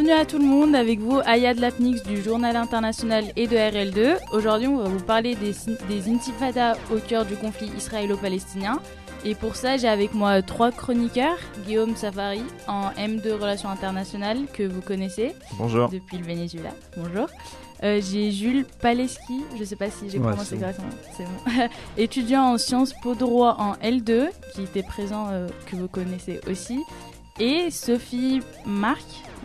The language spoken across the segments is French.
Bienvenue à tout le monde, avec vous Ayad Lapnix du Journal International et de RL2. Aujourd'hui, on va vous parler des intifadas au cœur du conflit israélo-palestinien. Et pour ça, j'ai avec moi 3 chroniqueurs. Guillaume Safari, en M2 Relations Internationales, que vous connaissez. Bonjour. Depuis le Venezuela. Bonjour. J'ai Jules Paleski, je ne sais pas si j'ai prononcé correctement, c'est bon. Étudiant en Sciences Po Droit en L2, qui était présent, que vous connaissez aussi. Et Sophie Marquez,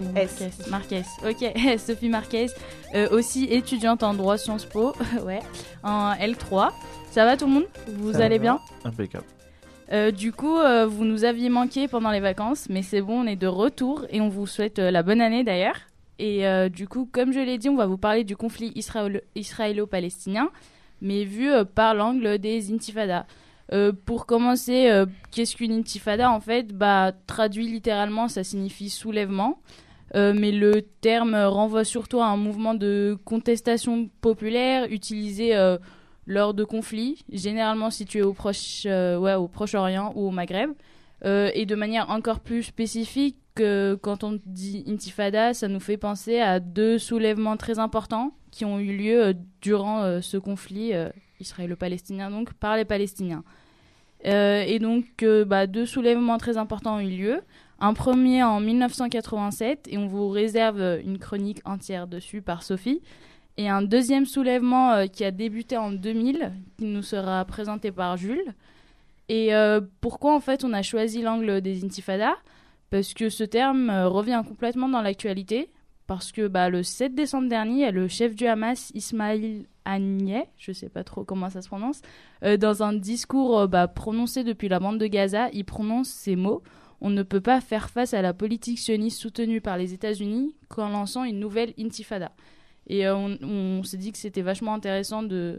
ok, Sophie Marquez, aussi étudiante en droit Sciences Po, ouais, en L3. Ça va tout le monde? Vous allez bien? Impeccable. Du coup, vous nous aviez manqué pendant les vacances, mais c'est bon, on est de retour et on vous souhaite la bonne année d'ailleurs. Et du coup, comme je l'ai dit, on va vous parler du conflit israélo-palestinien, mais vu par l'angle des intifadas. Pour commencer, qu'est-ce qu'une intifada en fait? Traduit littéralement, ça signifie soulèvement, mais le terme renvoie surtout à un mouvement de contestation populaire utilisé lors de conflits, généralement situés au Proche-Orient ou au Maghreb, et de manière encore plus spécifique, quand on dit intifada, ça nous fait penser à 2 soulèvements très importants qui ont eu lieu durant ce conflit israélo-palestinien, donc par les Palestiniens. Et donc, 2 soulèvements très importants ont eu lieu. Un premier en 1987, et on vous réserve une chronique entière dessus par Sophie. Et un deuxième soulèvement qui a débuté en 2000, qui nous sera présenté par Jules. Et pourquoi, en fait, on a choisi l'angle des intifadas? Parce que ce terme revient complètement dans l'actualité. Parce que le 7 décembre dernier, le chef du Hamas, Ismail Haniyeh, je ne sais pas trop comment ça se prononce, dans un discours prononcé depuis la bande de Gaza, il prononce ces mots: « On ne peut pas faire face à la politique sioniste soutenue par les États-Unis qu'en lançant une nouvelle intifada ». Et on s'est dit que c'était vachement intéressant de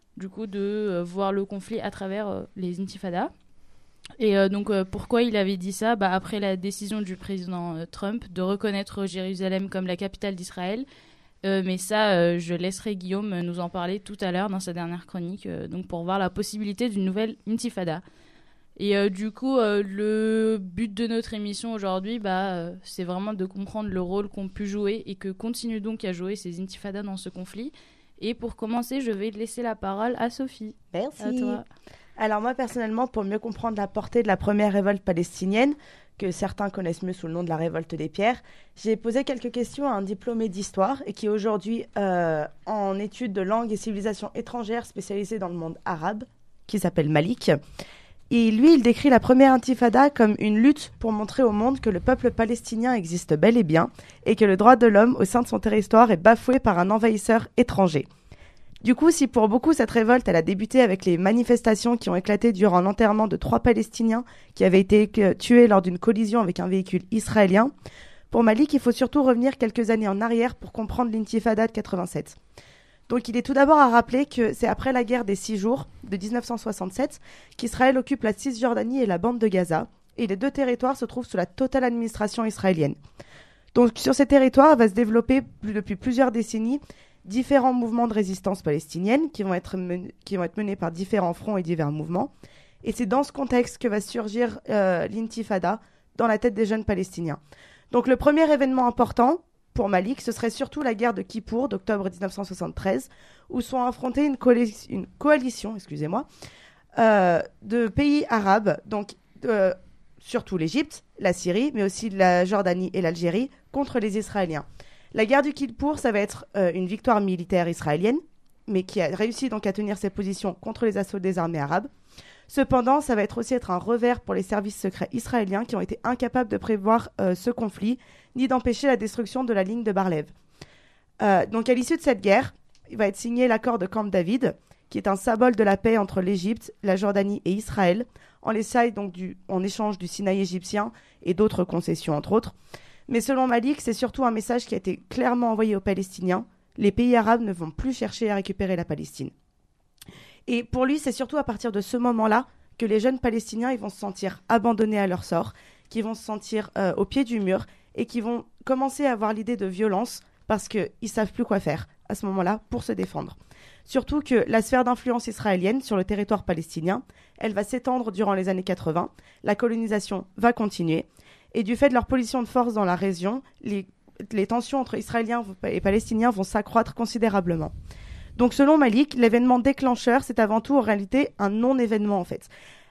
voir le conflit à travers les intifadas. Et donc, pourquoi il avait dit ça? Après la décision du président Trump de reconnaître Jérusalem comme la capitale d'Israël. Mais ça, je laisserai Guillaume nous en parler tout à l'heure dans sa dernière chronique, donc pour voir la possibilité d'une nouvelle intifada. Et le but de notre émission aujourd'hui, c'est vraiment de comprendre le rôle qu'ont pu jouer et que continuent donc à jouer ces intifadas dans ce conflit. Et pour commencer, je vais laisser la parole à Sophie. Merci. À toi. Alors moi, personnellement, pour mieux comprendre la portée de la première révolte palestinienne, que certains connaissent mieux sous le nom de la révolte des pierres, j'ai posé quelques questions à un diplômé d'histoire et qui est aujourd'hui en études de langue et civilisation étrangères spécialisé dans le monde arabe, qui s'appelle Malik. Et lui, il décrit la première intifada comme une lutte pour montrer au monde que le peuple palestinien existe bel et bien et que le droit de l'homme au sein de son territoire est bafoué par un envahisseur étranger. Du coup, si pour beaucoup cette révolte elle a débuté avec les manifestations qui ont éclaté durant l'enterrement de 3 Palestiniens qui avaient été tués lors d'une collision avec un véhicule israélien, pour Malik, il faut surtout revenir quelques années en arrière pour comprendre l'intifada de 87. Donc il est tout d'abord à rappeler que c'est après la guerre des 6 jours de 1967 qu'Israël occupe la Cisjordanie et la bande de Gaza, et les 2 territoires se trouvent sous la totale administration israélienne. Donc sur ces territoires va se développer depuis plusieurs décennies différents mouvements de résistance palestinienne qui vont être menés par différents fronts et divers mouvements. Et c'est dans ce contexte que va surgir l'intifada dans la tête des jeunes Palestiniens. Donc le premier événement important pour Malik, ce serait surtout la guerre de Kippour d'octobre 1973, où sont affrontés une coalition de pays arabes, donc surtout l'Égypte, la Syrie, mais aussi la Jordanie et l'Algérie, contre les Israéliens. La guerre du Kippour, ça va être une victoire militaire israélienne, mais qui a réussi donc à tenir ses positions contre les assauts des armées arabes. Cependant, ça va aussi être un revers pour les services secrets israéliens qui ont été incapables de prévoir ce conflit, ni d'empêcher la destruction de la ligne de Bar-Lev. Donc à l'issue de cette guerre, il va être signé l'accord de Camp David, qui est un symbole de la paix entre l'Égypte, la Jordanie et Israël, en échange du Sinaï égyptien et d'autres concessions, entre autres. Mais selon Malik, c'est surtout un message qui a été clairement envoyé aux Palestiniens. Les pays arabes ne vont plus chercher à récupérer la Palestine. Et pour lui, c'est surtout à partir de ce moment-là que les jeunes Palestiniens ils vont se sentir abandonnés à leur sort, qu'ils vont se sentir au pied du mur et qui vont commencer à avoir l'idée de violence parce qu'ils ne savent plus quoi faire à ce moment-là pour se défendre. Surtout que la sphère d'influence israélienne sur le territoire palestinien, elle va s'étendre durant les années 80, la colonisation va continuer, et du fait de leur position de force dans la région, les les tensions entre Israéliens et Palestiniens vont s'accroître considérablement. Donc selon Malik, l'événement déclencheur, c'est avant tout en réalité un non-événement en fait.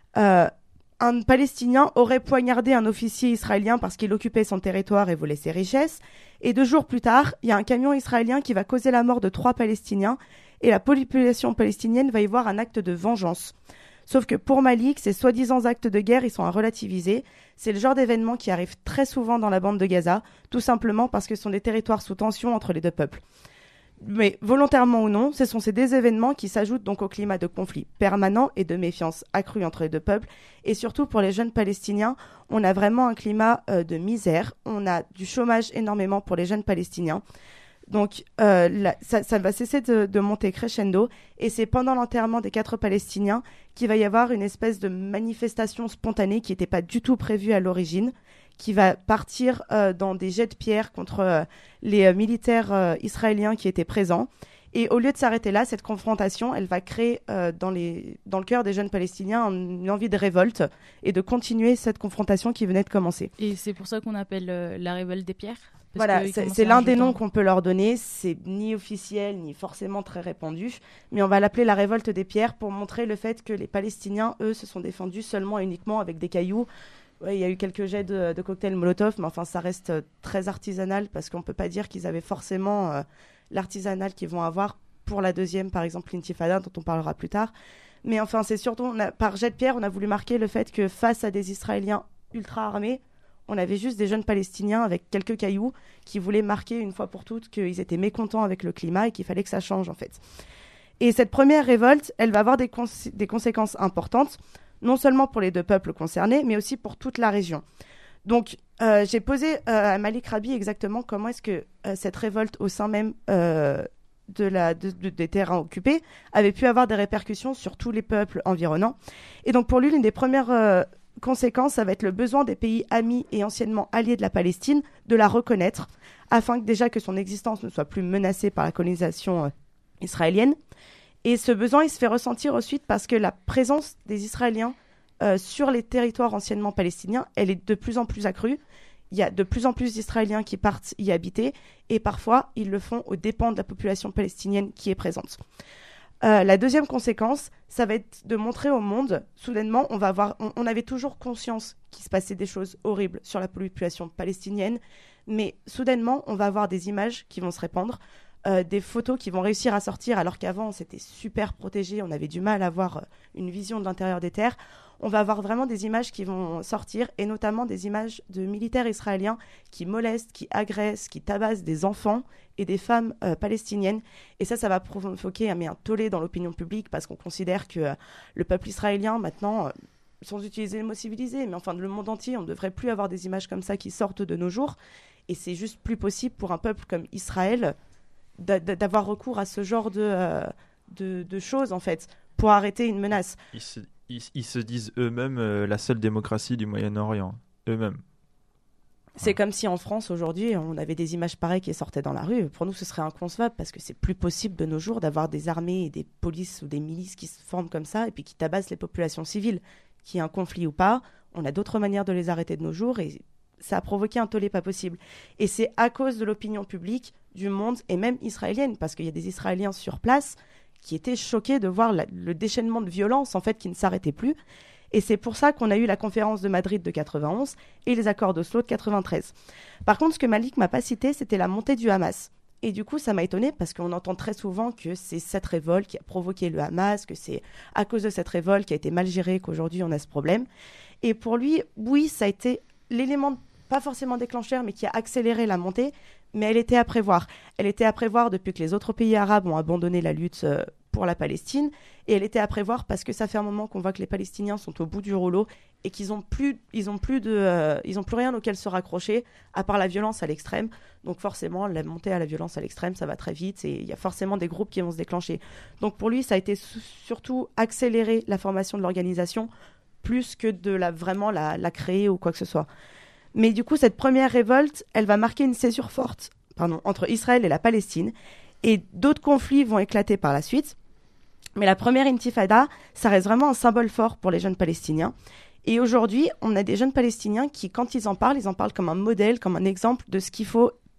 Un Palestinien aurait poignardé un officier israélien parce qu'il occupait son territoire et volait ses richesses. Et 2 jours plus tard, il y a un camion israélien qui va causer la mort de 3 Palestiniens. Et la population palestinienne va y voir un acte de vengeance. Sauf que pour Malik, ces soi-disant actes de guerre, ils sont à relativiser. C'est le genre d'événement qui arrive très souvent dans la bande de Gaza, tout simplement parce que ce sont des territoires sous tension entre les 2 peuples. Mais volontairement ou non, ce sont ces deux événements qui s'ajoutent donc au climat de conflit permanent et de méfiance accrue entre les 2 peuples. Et surtout pour les jeunes Palestiniens, on a vraiment un climat de misère. On a du chômage énormément pour les jeunes Palestiniens. Donc ça va cesser de monter crescendo. Et c'est pendant l'enterrement des 4 Palestiniens qu'il va y avoir une espèce de manifestation spontanée qui n'était pas du tout prévue à l'origine, qui va partir dans des jets de pierre contre les militaires israéliens qui étaient présents. Et au lieu de s'arrêter là, cette confrontation, elle va créer dans le cœur des jeunes Palestiniens une envie de révolte et de continuer cette confrontation qui venait de commencer. Et c'est pour ça qu'on appelle la révolte des pierres. Voilà, c'est l'un des noms qu'on peut leur donner. C'est ni officiel, ni forcément très répandu. Mais on va l'appeler la révolte des pierres pour montrer le fait que les Palestiniens, eux, se sont défendus seulement et uniquement avec des cailloux. Ouais, il y a eu quelques jets de cocktails Molotov, mais enfin, ça reste très artisanal parce qu'on ne peut pas dire qu'ils avaient forcément l'artisanal qu'ils vont avoir pour la deuxième, par exemple, l'intifada, dont on parlera plus tard. Mais enfin, c'est surtout, par jet de pierre, on a voulu marquer le fait que face à des Israéliens ultra armés, on avait juste des jeunes Palestiniens avec quelques cailloux qui voulaient marquer une fois pour toutes qu'ils étaient mécontents avec le climat et qu'il fallait que ça change, en fait. Et cette première révolte, elle va avoir des conséquences importantes, non seulement pour les 2 peuples concernés, mais aussi pour toute la région. Donc, j'ai posé à Malik Rabi exactement comment est-ce que cette révolte au sein même des terrains occupés avait pu avoir des répercussions sur tous les peuples environnants. Et donc, pour lui, l'une des premières conséquences, ça va être le besoin des pays amis et anciennement alliés de la Palestine de la reconnaître, afin que déjà que son existence ne soit plus menacée par la colonisation israélienne. Et ce besoin, il se fait ressentir ensuite parce que la présence des Israéliens sur les territoires anciennement palestiniens, elle est de plus en plus accrue. Il y a de plus en plus d'Israéliens qui partent y habiter et parfois, ils le font aux dépens de la population palestinienne qui est présente. La deuxième conséquence, ça va être de montrer au monde, soudainement, on avait toujours conscience qu'il se passait des choses horribles sur la population palestinienne, mais soudainement, on va avoir des images qui vont se répandre, des photos qui vont réussir à sortir alors qu'avant c'était super protégé, on avait du mal à avoir une vision de l'intérieur des terres. On va avoir vraiment des images qui vont sortir et notamment des images de militaires israéliens qui molestent, qui agressent, qui tabassent des enfants et des femmes palestiniennes. Et ça va provoquer un tollé dans l'opinion publique parce qu'on considère que le peuple israélien maintenant, sans utiliser les mots civilisés, mais enfin le monde entier, on ne devrait plus avoir des images comme ça qui sortent de nos jours. Et c'est juste plus possible pour un peuple comme Israël d'avoir recours à ce genre de choses, en fait, pour arrêter une menace. Ils se disent eux-mêmes la seule démocratie du Moyen-Orient. Eux-mêmes. C'est comme si en France, aujourd'hui, on avait des images pareilles qui sortaient dans la rue. Pour nous, ce serait inconcevable parce que c'est plus possible de nos jours d'avoir des armées et des polices ou des milices qui se forment comme ça et puis qui tabassent les populations civiles. Qu'il y ait un conflit ou pas, on a d'autres manières de les arrêter de nos jours et ça a provoqué un tollé pas possible. Et c'est à cause de l'opinion publique du monde et même israélienne, parce qu'il y a des Israéliens sur place qui étaient choqués de voir le déchaînement de violence en fait qui ne s'arrêtait plus. Et c'est pour ça qu'on a eu la conférence de Madrid de 91 et les accords d'Oslo de 93. Par contre, ce que Malik m'a pas cité, c'était la montée du Hamas. Et du coup, ça m'a étonnée parce qu'on entend très souvent que c'est cette révolte qui a provoqué le Hamas, que c'est à cause de cette révolte qui a été mal gérée qu'aujourd'hui on a ce problème. Et pour lui, oui, ça a été l'élément pas forcément déclencheur, mais qui a accéléré la montée, mais elle était à prévoir. Elle était à prévoir depuis que les autres pays arabes ont abandonné la lutte pour la Palestine, et elle était à prévoir parce que ça fait un moment qu'on voit que les Palestiniens sont au bout du rouleau et qu'ils ont plus rien auquel se raccrocher à part la violence à l'extrême. Donc forcément, la montée à la violence à l'extrême, ça va très vite et il y a forcément des groupes qui vont se déclencher. Donc pour lui, ça a été surtout accélérer la formation de l'organisation plus que de la créer ou quoi que ce soit. Mais du coup, cette première révolte, elle va marquer une césure forte entre Israël et la Palestine. Et d'autres conflits vont éclater par la suite. Mais la première intifada, ça reste vraiment un symbole fort pour les jeunes Palestiniens. Et aujourd'hui, on a des jeunes Palestiniens qui, quand ils en parlent comme un modèle, comme un exemple de ce qu'il faut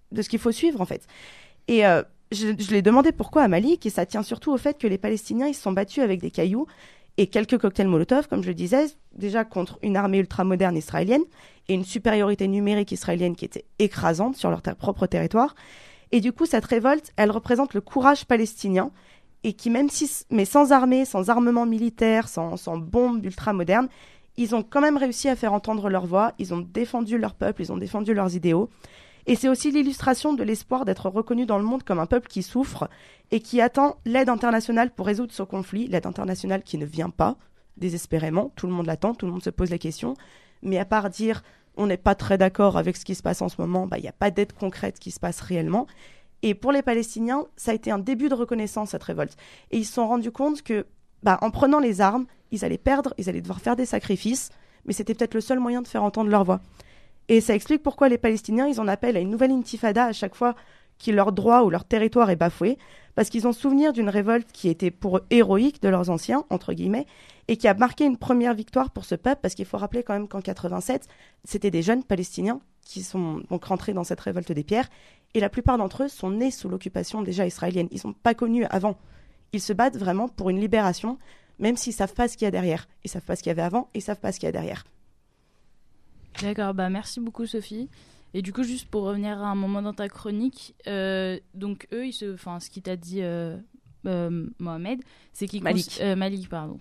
suivre en fait. Et je l'ai demandé pourquoi à Malik, et ça tient surtout au fait que les Palestiniens ils se sont battus avec des cailloux et quelques cocktails Molotov, comme je le disais, déjà contre une armée ultramoderne israélienne et une supériorité numérique israélienne qui était écrasante sur leur propre territoire. Et du coup, cette révolte, elle représente le courage palestinien et qui, mais sans armée, sans armement militaire, sans bombes ultramodernes, ils ont quand même réussi à faire entendre leur voix, ils ont défendu leur peuple, ils ont défendu leurs idéaux. Et c'est aussi l'illustration de l'espoir d'être reconnu dans le monde comme un peuple qui souffre et qui attend l'aide internationale pour résoudre ce conflit, l'aide internationale qui ne vient pas, désespérément, tout le monde l'attend, tout le monde se pose la question, mais à part dire on n'est pas très d'accord avec ce qui se passe en ce moment, il n'y a pas d'aide concrète qui se passe réellement. Et pour les Palestiniens, ça a été un début de reconnaissance, cette révolte. Et ils se sont rendus compte que, en prenant les armes, ils allaient perdre, ils allaient devoir faire des sacrifices, mais c'était peut-être le seul moyen de faire entendre leur voix. Et ça explique pourquoi les Palestiniens, ils en appellent à une nouvelle intifada à chaque fois que leur droit ou leur territoire est bafoué, parce qu'ils ont souvenir d'une révolte qui était pour eux héroïque de leurs anciens, entre guillemets, et qui a marqué une première victoire pour ce peuple, parce qu'il faut rappeler quand même qu'en 87, c'était des jeunes Palestiniens qui sont donc rentrés dans cette révolte des pierres, et la plupart d'entre eux sont nés sous l'occupation déjà israélienne. Ils ne sont pas connus avant. Ils se battent vraiment pour une libération, même s'ils ne savent pas ce qu'il y a derrière. Ils ne savent pas ce qu'il y avait avant, ils ne savent pas ce qu'il y a derrière. D'accord, merci beaucoup Sophie. Et du coup, juste pour revenir à un moment dans ta chronique, donc eux, ce qu'il t'a dit Mohamed, c'est qu'ils... Malik, pardon.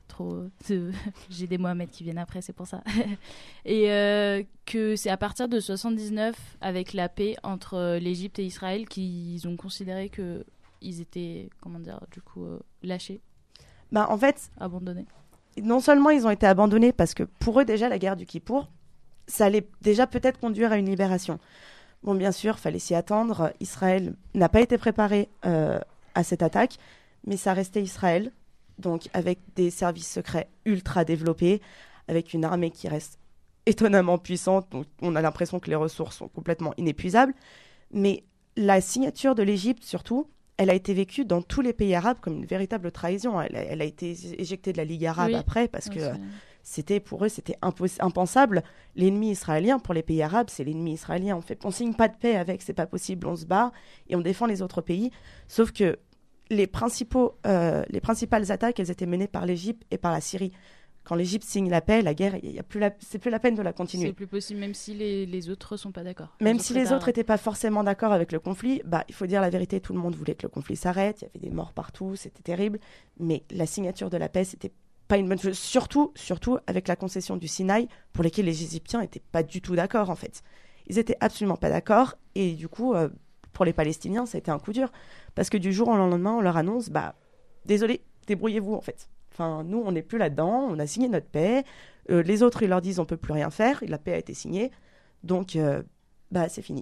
J'ai des Mohamed qui viennent après, c'est pour ça. Et que c'est à partir de 79, avec la paix entre l'Égypte et Israël, qu'ils ont considéré qu'ils étaient, lâchés. En fait... Abandonnés. Non seulement ils ont été abandonnés, parce que pour eux, déjà, la guerre du Kippour, ça allait déjà peut-être conduire à une libération. Bon, bien sûr, fallait s'y attendre. Israël n'a pas été préparé à cette attaque, mais ça restait Israël, donc avec des services secrets ultra développés, avec une armée qui reste étonnamment puissante. Donc on a l'impression que les ressources sont complètement inépuisables. Mais la signature de l'Égypte, surtout, elle a été vécue dans tous les pays arabes comme une véritable trahison. Elle a été éjectée de la Ligue arabe après, parce que... Pour eux, c'était impensable. L'ennemi israélien, pour les pays arabes, c'est l'ennemi israélien. On signe pas de paix avec, c'est pas possible. On se bat et on défend les autres pays. Sauf que les principales attaques, elles étaient menées par l'Égypte et par la Syrie. Quand l'Égypte signe la paix, la guerre, c'est plus la peine de la continuer. C'est plus possible, même si les autres sont pas d'accord. Même si les autres n'étaient pas forcément d'accord avec le conflit, il faut dire la vérité, tout le monde voulait que le conflit s'arrête. Il y avait des morts partout, c'était terrible. Mais la signature de la paix, c'était pas une bonne chose, surtout avec la concession du Sinaï, pour lesquels les Égyptiens n'étaient pas du tout d'accord, en fait. Ils étaient absolument pas d'accord, et du coup, pour les Palestiniens, ça a été un coup dur, parce que du jour au lendemain, on leur annonce, désolé, débrouillez-vous, en fait. Enfin, nous, on n'est plus là-dedans, on a signé notre paix, les autres, ils leur disent, on peut plus rien faire, la paix a été signée, donc, c'est fini.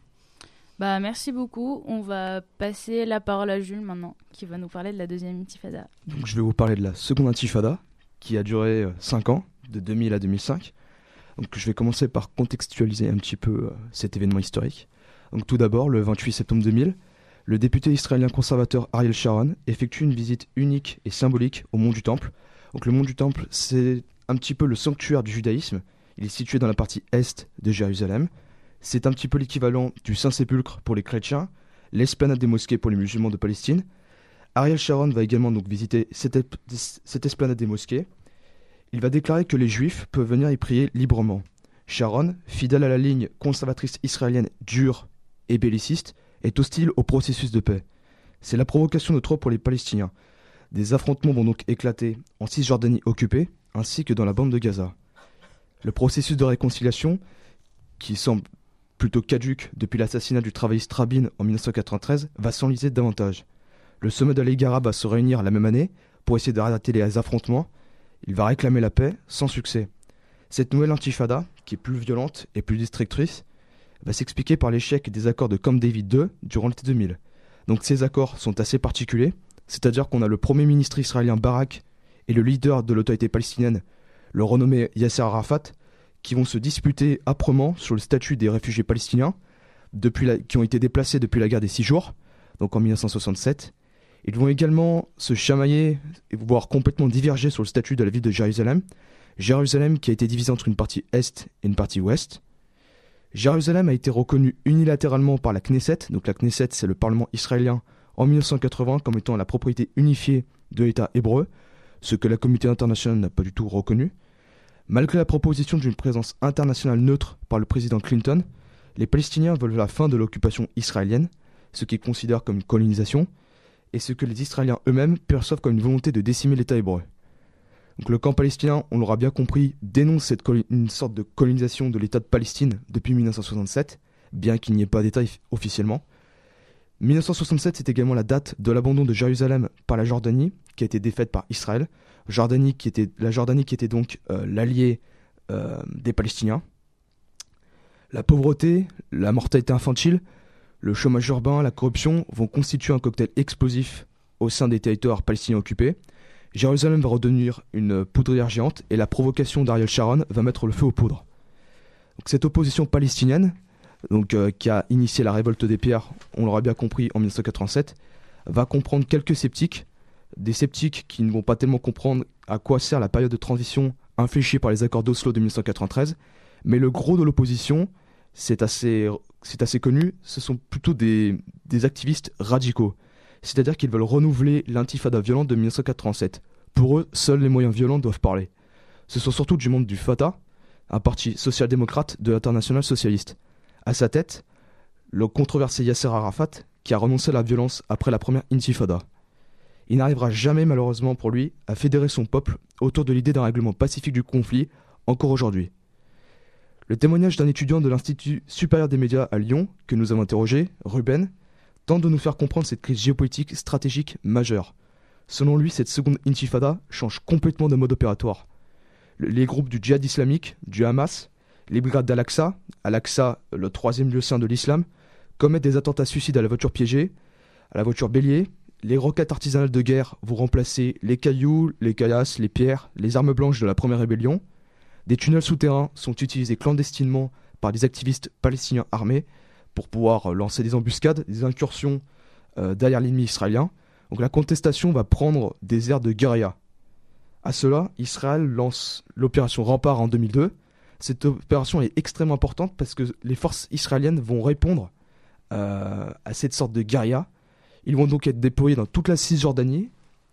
Merci beaucoup. On va passer la parole à Jules maintenant, qui va nous parler de la deuxième intifada. Donc, je vais vous parler de la seconde intifada, qui a duré 5 ans, de 2000 à 2005. Donc, je vais commencer par contextualiser un petit peu cet événement historique. Donc, tout d'abord, le 28 septembre 2000, le député israélien conservateur Ariel Sharon effectue une visite unique et symbolique au Mont du Temple. Donc, le Mont du Temple, c'est un petit peu le sanctuaire du judaïsme. Il est situé dans la partie est de Jérusalem. C'est un petit peu l'équivalent du Saint-Sépulcre pour les chrétiens, l'esplanade des mosquées pour les musulmans de Palestine. Ariel Sharon va également donc visiter cette esplanade des mosquées. Il va déclarer que les juifs peuvent venir y prier librement. Sharon, fidèle à la ligne conservatrice israélienne dure et belliciste, est hostile au processus de paix. C'est la provocation de trop pour les Palestiniens. Des affrontements vont donc éclater en Cisjordanie occupée, ainsi que dans la bande de Gaza. Le processus de réconciliation, qui semble plutôt caduque depuis l'assassinat du travailliste Rabin en 1993, va s'enliser davantage. Le sommet de la Ligue arabe va se réunir la même année pour essayer d'arrêter les affrontements. Il va réclamer la paix sans succès. Cette nouvelle intifada, qui est plus violente et plus destructrice, va s'expliquer par l'échec des accords de Camp David II durant l'été 2000. Donc ces accords sont assez particuliers, c'est-à-dire qu'on a le premier ministre israélien Barak et le leader de l'autorité palestinienne, le renommé Yasser Arafat, qui vont se disputer âprement sur le statut des réfugiés palestiniens qui ont été déplacés depuis la guerre des 6 jours, donc en 1967. Ils vont également se chamailler, voire complètement diverger sur le statut de la ville de Jérusalem. Jérusalem qui a été divisée entre une partie est et une partie ouest. Jérusalem a été reconnue unilatéralement par la Knesset, donc la Knesset c'est le Parlement israélien, en 1980 comme étant la propriété unifiée de l'État hébreu, ce que la communauté internationale n'a pas du tout reconnu. Malgré la proposition d'une présence internationale neutre par le président Clinton, les Palestiniens veulent la fin de l'occupation israélienne, ce qu'ils considèrent comme une colonisation, et ce que les Israéliens eux-mêmes perçoivent comme une volonté de décimer l'État hébreu. Donc le camp palestinien, on l'aura bien compris, dénonce une sorte de colonisation de l'État de Palestine depuis 1967, bien qu'il n'y ait pas d'État officiellement. 1967, c'est également la date de l'abandon de Jérusalem par la Jordanie, qui a été défaite par Israël. La Jordanie qui était donc l'allié des Palestiniens. La pauvreté, la mortalité infantile, le chômage urbain, la corruption vont constituer un cocktail explosif au sein des territoires palestiniens occupés. Jérusalem va redevenir une poudrière géante et la provocation d'Ariel Sharon va mettre le feu aux poudres. Donc, cette opposition palestinienne, qui a initié la révolte des pierres, on l'aura bien compris, en 1987, va comprendre quelques sceptiques, des sceptiques qui ne vont pas tellement comprendre à quoi sert la période de transition infléchie par les accords d'Oslo de 1993, mais le gros de l'opposition, c'est assez connu, ce sont plutôt des activistes radicaux. C'est-à-dire qu'ils veulent renouveler l'intifada violente de 1987. Pour eux, seuls les moyens violents doivent parler. Ce sont surtout du monde du Fatah, un parti social-démocrate de l'Internationale socialiste. À sa tête, le controversé Yasser Arafat, qui a renoncé à la violence après la première intifada. Il n'arrivera jamais, malheureusement pour lui, à fédérer son peuple autour de l'idée d'un règlement pacifique du conflit, encore aujourd'hui. Le témoignage d'un étudiant de l'Institut supérieur des médias à Lyon, que nous avons interrogé, Ruben, tente de nous faire comprendre cette crise géopolitique stratégique majeure. Selon lui, cette seconde intifada change complètement de mode opératoire. Les groupes du djihad islamique, du Hamas, les brigades d'Al-Aqsa, Al-Aqsa, le troisième lieu saint de l'islam, commettent des attentats suicides à la voiture piégée, à la voiture bélier. Les roquettes artisanales de guerre vont remplacer les cailloux, les caillasses, les pierres, les armes blanches de la première rébellion. Des tunnels souterrains sont utilisés clandestinement par des activistes palestiniens armés pour pouvoir lancer des embuscades, des incursions derrière l'ennemi israélien. Donc la contestation va prendre des airs de guérilla. À cela, Israël lance l'opération Rempart en 2002. Cette opération est extrêmement importante parce que les forces israéliennes vont répondre à cette sorte de guérilla. Ils vont donc être déployés dans toute la Cisjordanie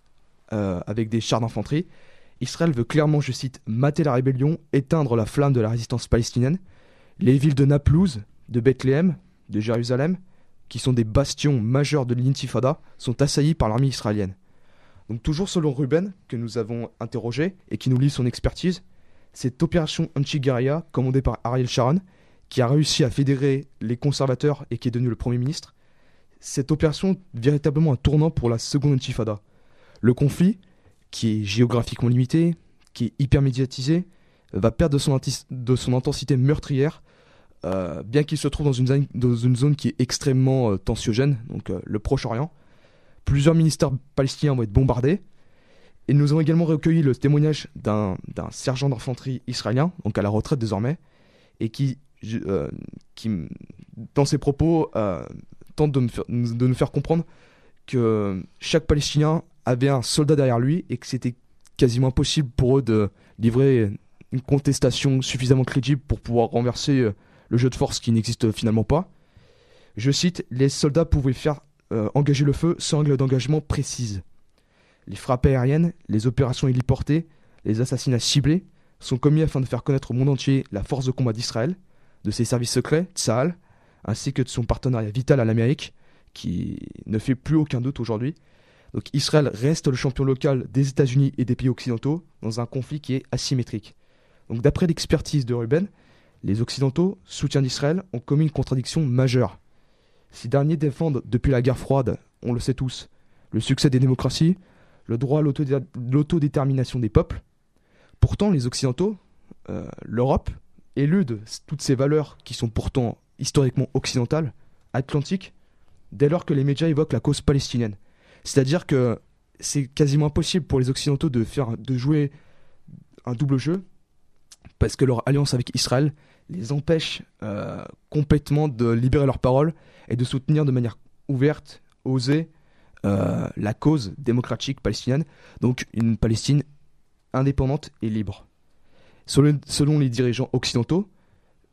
avec des chars d'infanterie. Israël veut clairement, je cite, mater la rébellion, éteindre la flamme de la résistance palestinienne. Les villes de Naplouse, de Bethléem, de Jérusalem, qui sont des bastions majeurs de l'intifada, sont assaillis par l'armée israélienne. Donc toujours selon Ruben, que nous avons interrogé et qui nous livre son expertise, cette opération anti-guérilla commandée par Ariel Sharon, qui a réussi à fédérer les conservateurs et qui est devenu le Premier ministre, cette opération est véritablement un tournant pour la seconde intifada. Le conflit, qui est géographiquement limité, qui est hyper médiatisé, va perdre de son intensité meurtrière, bien qu'il se trouve dans une zone qui est extrêmement tensiogène, donc le Proche-Orient. Plusieurs ministères palestiniens vont être bombardés. Et nous avons également recueilli le témoignage d'un sergent d'infanterie israélien, donc à la retraite désormais, et qui dans ses propos, tente de nous faire comprendre que chaque Palestinien avait un soldat derrière lui et que c'était quasiment impossible pour eux de livrer une contestation suffisamment crédible pour pouvoir renverser le jeu de force qui n'existe finalement pas. Je cite, « Les soldats pouvaient faire engager le feu sans règle d'engagement précise. Les frappes aériennes, les opérations héliportées, les assassinats ciblés sont commis afin de faire connaître au monde entier la force de combat d'Israël, de ses services secrets, Tsahal, ainsi que de son partenariat vital à l'Amérique, qui ne fait plus aucun doute aujourd'hui. Donc Israël reste le champion local des États-Unis et des pays occidentaux dans un conflit qui est asymétrique. Donc d'après l'expertise de Ruben, les Occidentaux, soutiens d'Israël, ont commis une contradiction majeure. Ces derniers défendent depuis la guerre froide, on le sait tous, le succès des démocraties, le droit à l'autodétermination des peuples. Pourtant, les Occidentaux, l'Europe, éludent toutes ces valeurs qui sont pourtant historiquement occidentales, atlantiques, dès lors que les médias évoquent la cause palestinienne. C'est-à-dire que c'est quasiment impossible pour les Occidentaux de jouer un double jeu, parce que leur alliance avec Israël les empêche complètement de libérer leur parole et de soutenir de manière ouverte, osée, la cause démocratique palestinienne, donc une Palestine indépendante et libre. Selon les dirigeants occidentaux,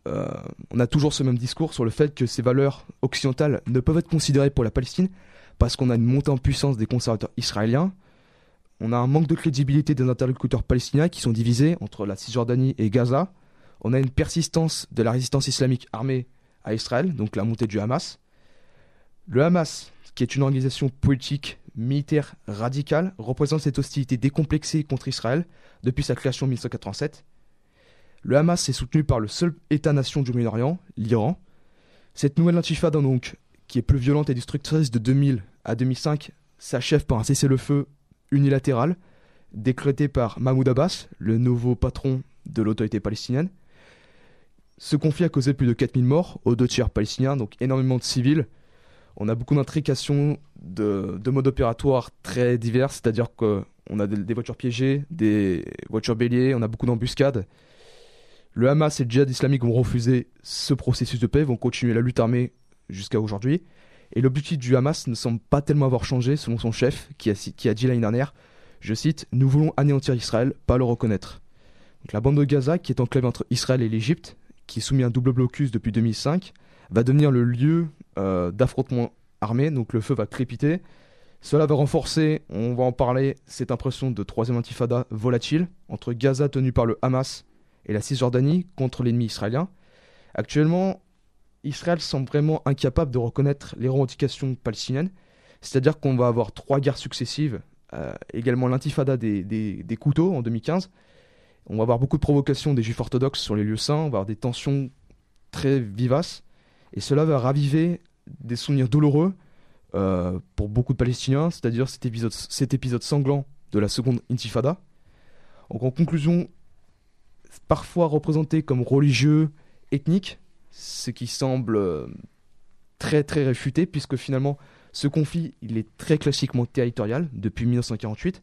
on a toujours ce même discours sur le fait que ces valeurs occidentales ne peuvent être considérées pour la Palestine parce qu'on a une montée en puissance des conservateurs israéliens, on a un manque de crédibilité des interlocuteurs palestiniens qui sont divisés entre la Cisjordanie et Gaza, on a une persistance de la résistance islamique armée à Israël, donc la montée du Hamas. Le Hamas, qui est une organisation politique, militaire, radicale, représente cette hostilité décomplexée contre Israël depuis sa création en 1987. Le Hamas est soutenu par le seul État-nation du Moyen-Orient, l'Iran. Cette nouvelle intifada, donc, qui est plus violente et destructrice de 2000 à 2005, s'achève par un cessez-le-feu unilatéral décrété par Mahmoud Abbas, le nouveau patron de l'autorité palestinienne. Ce conflit a causé plus de 4000 morts, aux 2 tiers palestiniens, donc énormément de civils. On a beaucoup d'intrications de modes opératoires très divers, c'est-à-dire qu'on a des voitures piégées, des voitures béliers, on a beaucoup d'embuscades. Le Hamas et le djihad islamique vont refuser ce processus de paix, vont continuer la lutte armée jusqu'à aujourd'hui. Et l'objectif du Hamas ne semble pas tellement avoir changé, selon son chef, qui a dit l'année dernière, je cite, « Nous voulons anéantir Israël, pas le reconnaître ». Donc la bande de Gaza, qui est enclavée entre Israël et l'Égypte, qui est soumis à un double blocus depuis 2005, va devenir le lieu d'affrontement armé, donc le feu va crépiter. Cela va renforcer, on va en parler, cette impression de troisième intifada volatile entre Gaza tenu par le Hamas et la Cisjordanie contre l'ennemi israélien. Actuellement, Israël semble vraiment incapable de reconnaître les revendications palestiniennes, c'est-à-dire qu'on va avoir 3 guerres successives, également l'intifada des couteaux en 2015. On va avoir beaucoup de provocations des juifs orthodoxes sur les lieux saints, on va avoir des tensions très vivaces, et cela va raviver des souvenirs douloureux pour beaucoup de Palestiniens, c'est-à-dire cet épisode sanglant de la seconde intifada. Donc en conclusion, parfois représenté comme religieux, ethnique, ce qui semble très très réfuté, puisque finalement ce conflit il est très classiquement territorial depuis 1948.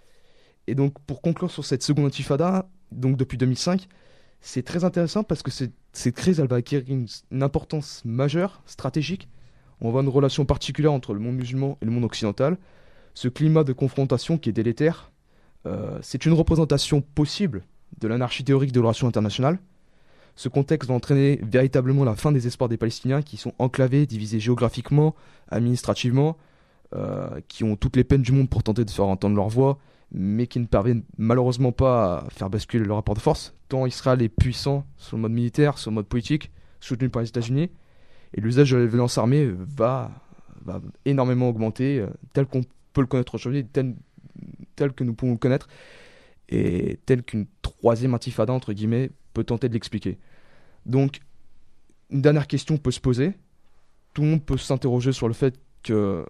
Et donc pour conclure sur cette seconde intifada, donc depuis 2005, c'est très intéressant parce que cette crise elle va acquérir une importance majeure, stratégique. On voit une relation particulière entre le monde musulman et le monde occidental. Ce climat de confrontation qui est délétère, c'est une représentation possible de l'anarchie théorique de la relation internationale. Ce contexte va entraîner véritablement la fin des espoirs des Palestiniens qui sont enclavés, divisés géographiquement, administrativement, qui ont toutes les peines du monde pour tenter de faire entendre leur voix, mais qui ne parviennent malheureusement pas à faire basculer le rapport de force, tant Israël est puissant sur le mode militaire, sur le mode politique, soutenu par les États-Unis, et l'usage de la violence armée va énormément augmenter, tel qu'on peut le connaître aujourd'hui, tel que nous pouvons le connaître, et tel qu'une troisième intifada, entre guillemets, peut tenter de l'expliquer. Donc, une dernière question peut se poser. Tout le monde peut s'interroger sur le fait que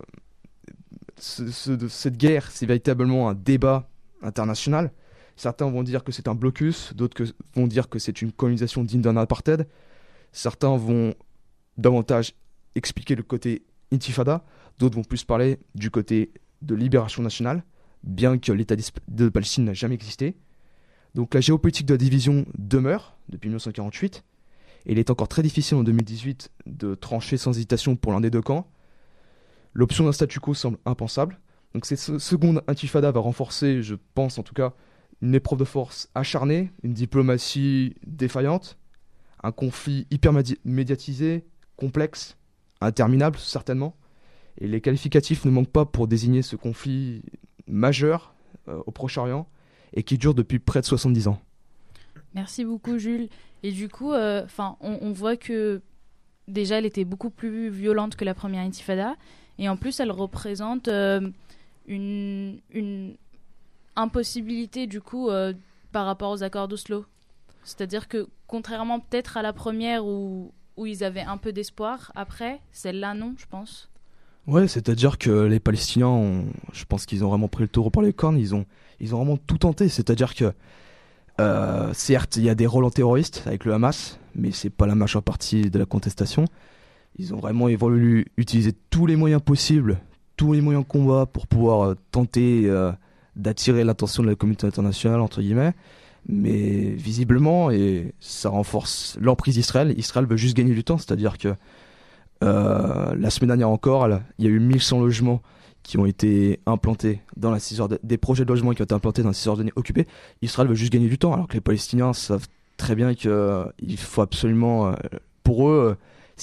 cette guerre, c'est véritablement un débat international. Certains vont dire que c'est un blocus, d'autres vont dire que c'est une colonisation digne d'un apartheid. Certains vont davantage expliquer le côté intifada, d'autres vont plus parler du côté de libération nationale, bien que l'État de Palestine n'a jamais existé. Donc la géopolitique de la division demeure depuis 1948, et il est encore très difficile en 2018 de trancher sans hésitation pour l'un des 2 camps. L'option d'un statu quo semble impensable. Donc cette seconde intifada va renforcer, je pense en tout cas, une épreuve de force acharnée, une diplomatie défaillante, un conflit hyper médiatisé, complexe, interminable certainement. Et les qualificatifs ne manquent pas pour désigner ce conflit majeur au Proche-Orient et qui dure depuis près de 70 ans. Merci beaucoup Jules. Et du coup, on voit que déjà elle était beaucoup plus violente que la première intifada, et en plus elle représente une impossibilité du coup par rapport aux accords d'Oslo. C'est-à-dire que contrairement peut-être à la première où ils avaient un peu d'espoir, après, celle-là non, je pense. Ouais, c'est-à-dire que les Palestiniens, je pense qu'ils ont vraiment pris le taureau par les cornes, ils ont vraiment tout tenté. C'est-à-dire que, certes, il y a des rôles terroristes avec le Hamas, mais c'est pas la majeure partie de la contestation. Ils ont vraiment voulu utiliser tous les moyens possibles, tous les moyens de combat pour pouvoir tenter d'attirer l'attention de la communauté internationale, entre guillemets. Mais visiblement, et ça renforce l'emprise d'Israël, Israël veut juste gagner du temps, c'est-à-dire que la semaine dernière encore, il y a eu 1100 logements qui ont été implantés dans la Cisjordanie, des projets de logements qui ont été implantés dans la Cisjordanie occupée. Israël veut juste gagner du temps, alors que les Palestiniens savent très bien qu'il faut absolument, pour eux,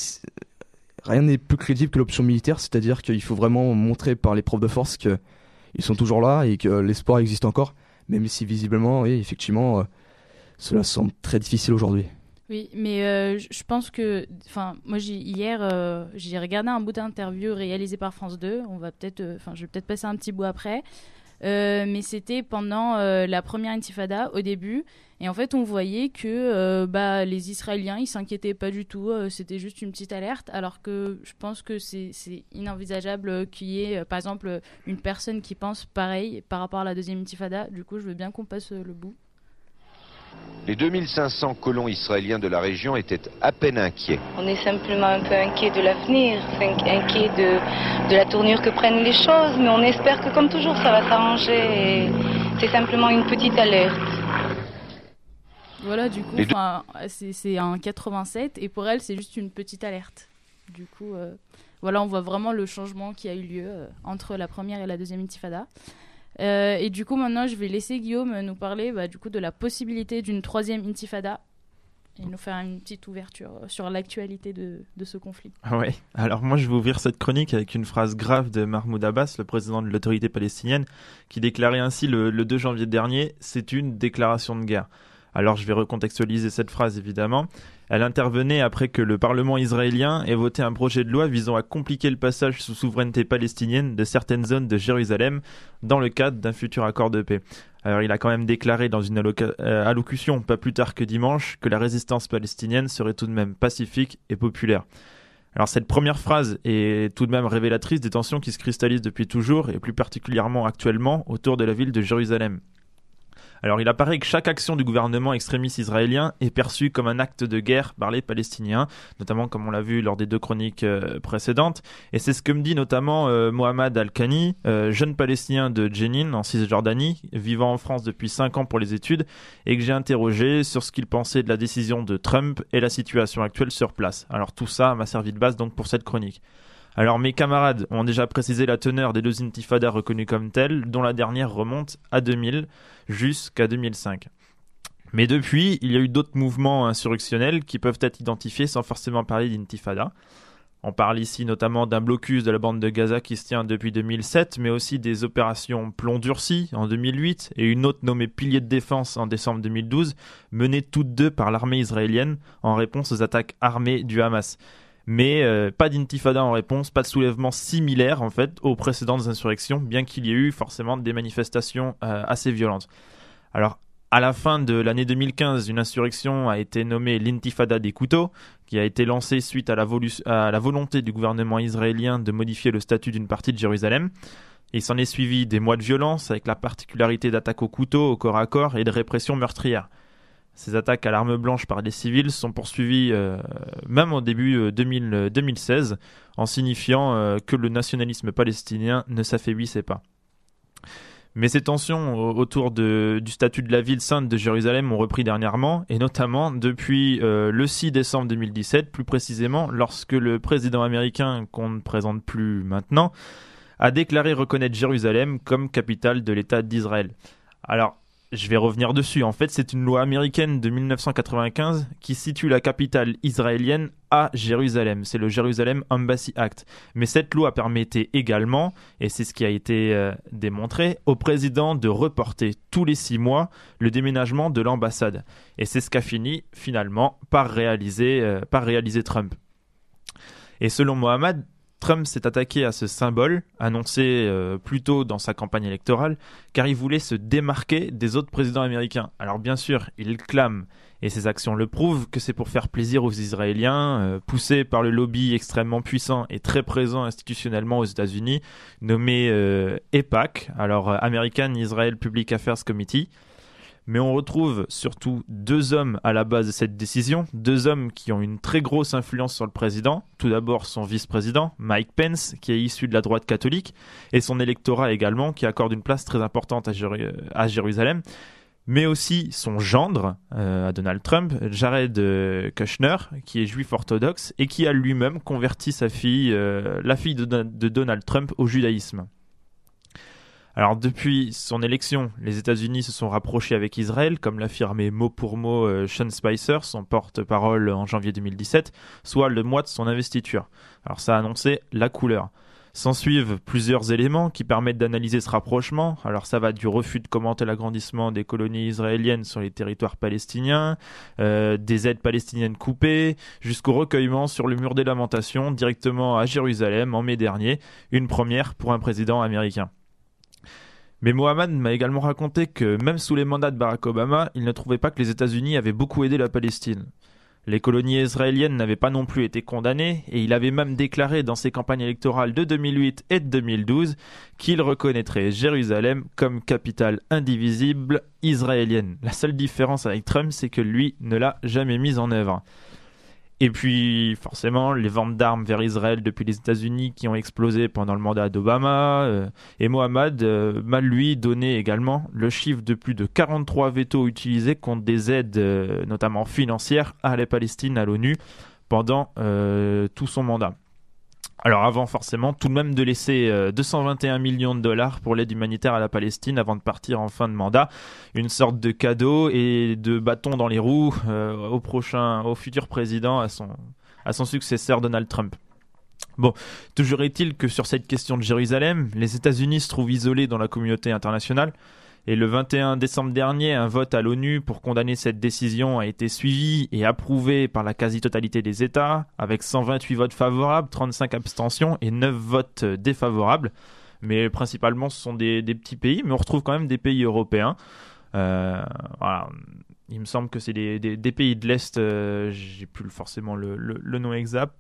rien n'est plus crédible que l'option militaire, c'est-à-dire qu'il faut vraiment montrer par l'épreuve de force qu'ils sont toujours là et que l'espoir existe encore, même si visiblement, oui, effectivement, cela semble très difficile aujourd'hui. Oui, mais je pense que, moi hier, j'ai regardé un bout d'interview réalisé par France 2. Je vais peut-être passer un petit bout après. Mais c'était pendant la première intifada au début, et en fait on voyait que les Israéliens ils s'inquiétaient pas du tout, c'était juste une petite alerte, alors que je pense que c'est inenvisageable qu'il y ait par exemple une personne qui pense pareil par rapport à la deuxième intifada. Du coup je veux bien qu'on passe le bout. Les 2500 colons israéliens de la région étaient à peine inquiets. On est simplement un peu inquiet de l'avenir, inquiet de la tournure que prennent les choses, mais on espère que comme toujours ça va s'arranger. C'est simplement une petite alerte. Voilà, du coup, c'est un 87 et pour elle c'est juste une petite alerte. Du coup, voilà, on voit vraiment le changement qui a eu lieu entre la première et la deuxième intifada. Et du coup maintenant je vais laisser Guillaume nous parler du coup de la possibilité d'une troisième intifada et nous faire une petite ouverture sur l'actualité de ce conflit. Ouais, alors moi je vais ouvrir cette chronique avec une phrase grave de Mahmoud Abbas, le président de l'autorité palestinienne, qui déclarait ainsi le 2 janvier dernier: c'est une déclaration de guerre. Alors je vais recontextualiser cette phrase évidemment. Elle intervenait après que le Parlement israélien ait voté un projet de loi visant à compliquer le passage sous souveraineté palestinienne de certaines zones de Jérusalem dans le cadre d'un futur accord de paix. Alors il a quand même déclaré dans une allocution pas plus tard que dimanche que la résistance palestinienne serait tout de même pacifique et populaire. Alors cette première phrase est tout de même révélatrice des tensions qui se cristallisent depuis toujours et plus particulièrement actuellement autour de la ville de Jérusalem. Alors il apparaît que chaque action du gouvernement extrémiste israélien est perçue comme un acte de guerre par les Palestiniens, notamment comme on l'a vu lors des 2 chroniques précédentes. Et c'est ce que me dit notamment Mohamed Al-Khani, jeune Palestinien de Jenin en Cisjordanie, vivant en France depuis 5 ans pour les études, et que j'ai interrogé sur ce qu'il pensait de la décision de Trump et la situation actuelle sur place. Alors tout ça m'a servi de base donc pour cette chronique. Alors mes camarades ont déjà précisé la teneur des 2 intifadas reconnues comme telles, dont la dernière remonte à 2000 jusqu'à 2005. Mais depuis, il y a eu d'autres mouvements insurrectionnels qui peuvent être identifiés sans forcément parler d'intifada. On parle ici notamment d'un blocus de la bande de Gaza qui se tient depuis 2007, mais aussi des opérations Plomb durci en 2008 et une autre nommée Pilier de défense en décembre 2012, menées toutes deux par l'armée israélienne en réponse aux attaques armées du Hamas. Mais pas d'intifada en réponse, pas de soulèvement similaire en fait aux précédentes insurrections, bien qu'il y ait eu forcément des manifestations assez violentes. Alors à la fin de l'année 2015, une insurrection a été nommée l'intifada des couteaux, qui a été lancée suite à la volonté du gouvernement israélien de modifier le statut d'une partie de Jérusalem. Et il s'en est suivi des mois de violence avec la particularité d'attaques au couteau, au corps à corps et de répression meurtrière. Ces attaques à l'arme blanche par des civils sont poursuivies même au début 2016 en signifiant que le nationalisme palestinien ne s'affaiblissait pas. Mais ces tensions autour du statut de la ville sainte de Jérusalem ont repris dernièrement, et notamment depuis le 6 décembre 2017, plus précisément lorsque le président américain, qu'on ne présente plus maintenant, a déclaré reconnaître Jérusalem comme capitale de l'État d'Israël. Alors, je vais revenir dessus. En fait, c'est une loi américaine de 1995 qui situe la capitale israélienne à Jérusalem. C'est le Jerusalem Embassy Act. Mais cette loi permettait également, et c'est ce qui a été démontré, au président de reporter tous les 6 mois le déménagement de l'ambassade. Et c'est ce qu'a fini finalement par réaliser Trump. Et selon Mohamed, Trump s'est attaqué à ce symbole, annoncé plus tôt dans sa campagne électorale, car il voulait se démarquer des autres présidents américains. Alors bien sûr, il clame, et ses actions le prouvent, que c'est pour faire plaisir aux Israéliens, poussés par le lobby extrêmement puissant et très présent institutionnellement aux États-Unis, nommé AIPAC, alors American Israel Public Affairs Committee. Mais on retrouve surtout 2 hommes à la base de cette décision, 2 hommes qui ont une très grosse influence sur le président. Tout d'abord son vice-président, Mike Pence, qui est issu de la droite catholique, et son électorat également, qui accorde une place très importante à Jérusalem, mais aussi son gendre, à Donald Trump, Jared Kushner, qui est juif orthodoxe, et qui a lui-même converti sa fille, la fille de Donald Trump, au judaïsme. Alors depuis son élection, les États-Unis se sont rapprochés avec Israël, comme l'affirmait mot pour mot Sean Spicer, son porte-parole en janvier 2017, soit le mois de son investiture. Alors ça a annoncé la couleur. S'en suivent plusieurs éléments qui permettent d'analyser ce rapprochement. Alors ça va du refus de commenter l'agrandissement des colonies israéliennes sur les territoires palestiniens, des aides palestiniennes coupées, jusqu'au recueillement sur le mur des lamentations directement à Jérusalem en mai dernier, une première pour un président américain. Mais Mohammad m'a également raconté que même sous les mandats de Barack Obama, il ne trouvait pas que les États-Unis avaient beaucoup aidé la Palestine. Les colonies israéliennes n'avaient pas non plus été condamnées et il avait même déclaré dans ses campagnes électorales de 2008 et de 2012 qu'il reconnaîtrait Jérusalem comme capitale indivisible israélienne. La seule différence avec Trump, c'est que lui ne l'a jamais mise en œuvre. Et puis, forcément, les ventes d'armes vers Israël depuis les États-Unis qui ont explosé pendant le mandat d'Obama. Et Mohammad m'a, lui, donné également le chiffre de plus de 43 vétos utilisés contre des aides, notamment financières, à la Palestine, à l'ONU, pendant tout son mandat. Alors avant forcément tout de même de laisser 221 millions de dollars pour l'aide humanitaire à la Palestine avant de partir en fin de mandat, une sorte de cadeau et de bâton dans les roues au futur président, à son successeur Donald Trump. Bon, toujours est-il que sur cette question de Jérusalem, les États-Unis se trouvent isolés dans la communauté internationale. Et le 21 décembre dernier, un vote à l'ONU pour condamner cette décision a été suivi et approuvé par la quasi-totalité des États, avec 128 votes favorables, 35 abstentions et 9 votes défavorables. Mais principalement, ce sont des petits pays, mais on retrouve quand même des pays européens. Voilà. Il me semble que c'est des pays de l'Est, j'ai plus forcément le nom exact,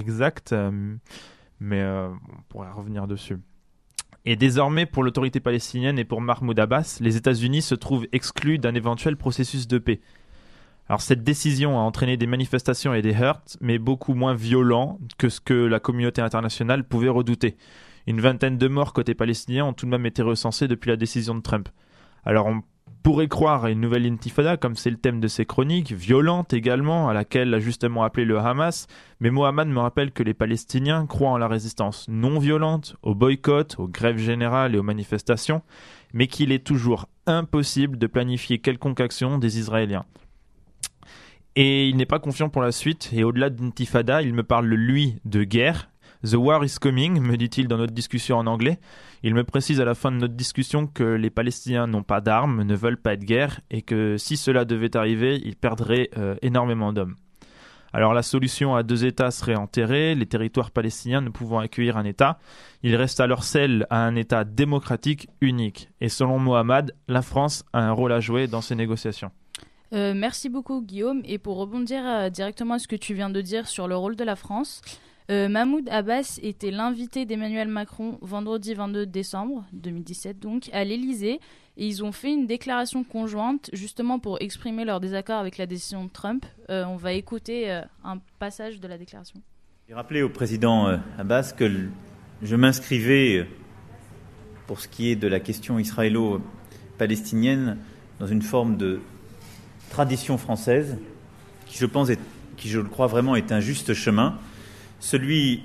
mais on pourrait revenir dessus. Et désormais, pour l'autorité palestinienne et pour Mahmoud Abbas, les États-Unis se trouvent exclus d'un éventuel processus de paix. Alors cette décision a entraîné des manifestations et des heurts, mais beaucoup moins violents que ce que la communauté internationale pouvait redouter. Une vingtaine de morts côté palestinien ont tout de même été recensés depuis la décision de Trump. Alors on pourrait croire à une nouvelle intifada, comme c'est le thème de ces chroniques, violente également, à laquelle a justement appelé le Hamas, mais Mohammad me rappelle que les Palestiniens croient en la résistance non violente, au boycott, aux grèves générales et aux manifestations, mais qu'il est toujours impossible de planifier quelconque action des Israéliens. Et il n'est pas confiant pour la suite, et au-delà d'intifada, il me parle, lui, de guerre. The war is coming, me dit-il dans notre discussion en anglais. Il me précise à la fin de notre discussion que les Palestiniens n'ont pas d'armes, ne veulent pas de guerre, et que si cela devait arriver, ils perdraient énormément d'hommes. Alors la solution à 2 États serait enterrée, les territoires palestiniens ne pouvant accueillir un État. Il reste alors celle à un État démocratique unique. Et selon Mohammad, la France a un rôle à jouer dans ces négociations. Merci beaucoup Guillaume. Et pour rebondir directement à ce que tu viens de dire sur le rôle de la France, Mahmoud Abbas était l'invité d'Emmanuel Macron vendredi 22 décembre 2017 donc à l'Elysée et ils ont fait une déclaration conjointe justement pour exprimer leur désaccord avec la décision de Trump. On va écouter un passage de la déclaration. J'ai rappelé au président Abbas que je m'inscrivais pour ce qui est de la question israélo-palestinienne dans une forme de tradition française qui je le crois vraiment est un juste chemin, celui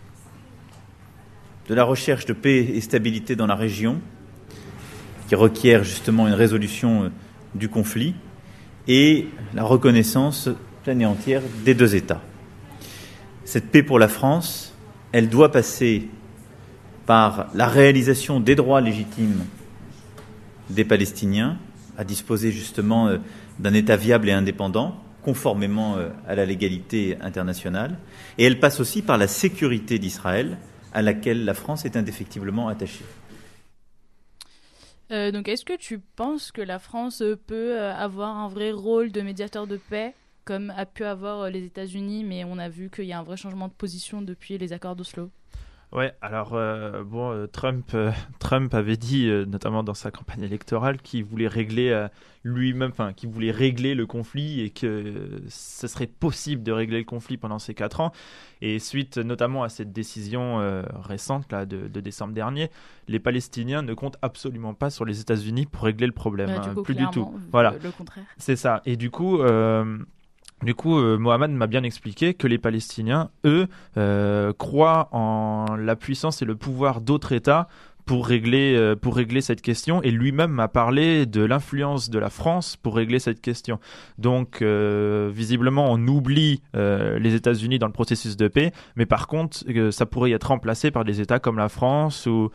de la recherche de paix et stabilité dans la région, qui requiert justement une résolution du conflit, et la reconnaissance pleine et entière des 2 États. Cette paix pour la France, elle doit passer par la réalisation des droits légitimes des Palestiniens à disposer justement d'un État viable et indépendant, conformément à la légalité internationale, et elle passe aussi par la sécurité d'Israël, à laquelle la France est indéfectiblement attachée. Donc est-ce que tu penses que la France peut avoir un vrai rôle de médiateur de paix, comme a pu avoir les États-Unis, mais on a vu qu'il y a un vrai changement de position depuis les accords d'Oslo? Ouais, alors Trump avait dit, notamment dans sa campagne électorale, qu'il voulait régler qu'il voulait régler le conflit et que ce serait possible de régler le conflit pendant ces 4 ans. Et suite notamment à cette décision récente là, de décembre dernier, les Palestiniens ne comptent absolument pas sur les États-Unis pour régler le problème. Plus du tout. Voilà. Le contraire. C'est ça. Et du coup, Mohammad m'a bien expliqué que les Palestiniens, eux, croient en la puissance et le pouvoir d'autres États pour régler cette question, et lui-même m'a parlé de l'influence de la France pour régler cette question. Donc visiblement on oublie les États-Unis dans le processus de paix, mais par contre ça pourrait être remplacé par des États comme la France ou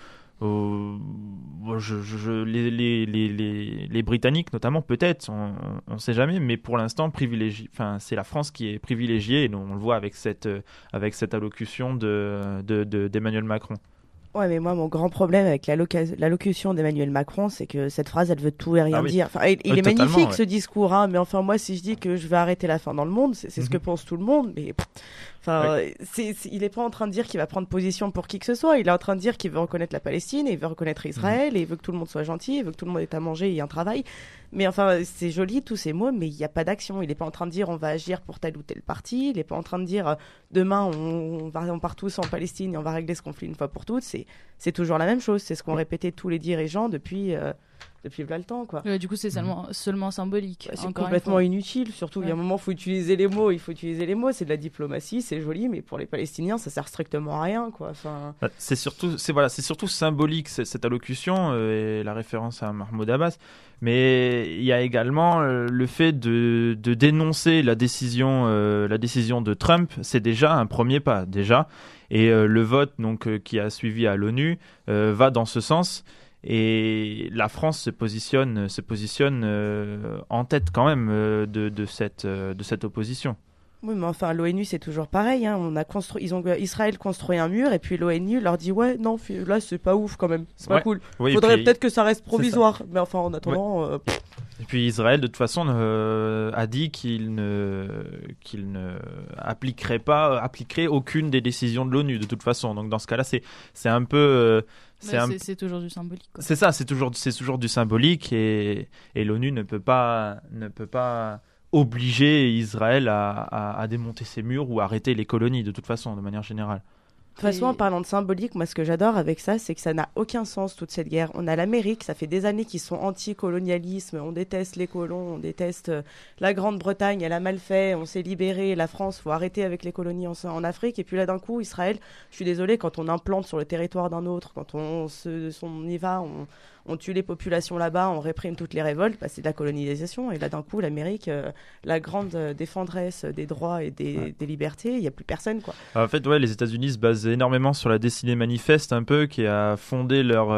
les Britanniques notamment, peut-être, on sait jamais, mais pour l'instant c'est la France qui est privilégiée, et on le voit avec cette allocution d'Emmanuel Macron. Ouais, mais moi, mon grand problème avec l'allocution d'Emmanuel Macron, c'est que cette phrase, elle veut tout et rien dire. Enfin, il est magnifique, ce discours, hein, mais enfin, moi, si je dis que je vais arrêter la faim dans le monde, c'est ce que pense tout le monde, mais enfin, il est pas en train de dire qu'il va prendre position pour qui que ce soit. Il est en train de dire qu'il veut reconnaître la Palestine, et il veut reconnaître Israël, et il veut que tout le monde soit gentil, il veut que tout le monde ait à manger et un travail. Mais enfin, c'est joli tous ces mots, mais il n'y a pas d'action. Il n'est pas en train de dire on va agir pour tel ou tel parti. Il n'est pas en train de dire demain on part tous en Palestine et on va régler ce conflit une fois pour toutes. C'est toujours la même chose. C'est ce qu'ont répété tous les dirigeants depuis le temps, quoi. Du coup, c'est seulement symbolique. C'est complètement inutile. Surtout, il y a un moment, il faut utiliser les mots. C'est de la diplomatie, c'est joli, mais pour les Palestiniens, ça sert strictement à rien, quoi. Enfin... C'est surtout symbolique cette allocution et la référence à Mahmoud Abbas. Mais il y a également le fait de dénoncer la décision de Trump. C'est déjà un premier pas, déjà. Et le vote qui a suivi à l'ONU va dans ce sens. Et la France se positionne en tête quand même de cette opposition. Oui, mais enfin, l'ONU, c'est toujours pareil. Hein. Israël construit un mur, et puis l'ONU leur dit ouais, non, là, c'est pas ouf quand même. C'est pas cool. Oui, faudrait peut-être que ça reste provisoire. Mais enfin, en attendant... Ouais. Et puis Israël, de toute façon, a dit qu'il ne appliquerait aucune des décisions de l'ONU, de toute façon. Donc dans ce cas-là, c'est un peu... c'est toujours du symbolique, quoi. C'est ça, c'est toujours du symbolique, et l'ONU ne peut pas obliger Israël à démonter ses murs ou à arrêter les colonies, de toute façon, de manière générale. De toute façon, en parlant de symbolique, moi, ce que j'adore avec ça, c'est que ça n'a aucun sens, toute cette guerre. On a l'Amérique, ça fait des années qu'ils sont anti-colonialisme, on déteste les colons, on déteste la Grande-Bretagne, elle a mal fait, on s'est libéré, la France, faut arrêter avec les colonies en Afrique. Et puis là, d'un coup, Israël, je suis désolée, quand on implante sur le territoire d'un autre, quand on y va, on tue les populations là-bas, on réprime toutes les révoltes, c'est de la colonisation. Et là, d'un coup, l'Amérique, la grande défendresse des droits et des libertés, il n'y a plus personne, quoi. En fait, les États-Unis se basent énormément sur la destinée manifeste, un peu, qui a fondé leur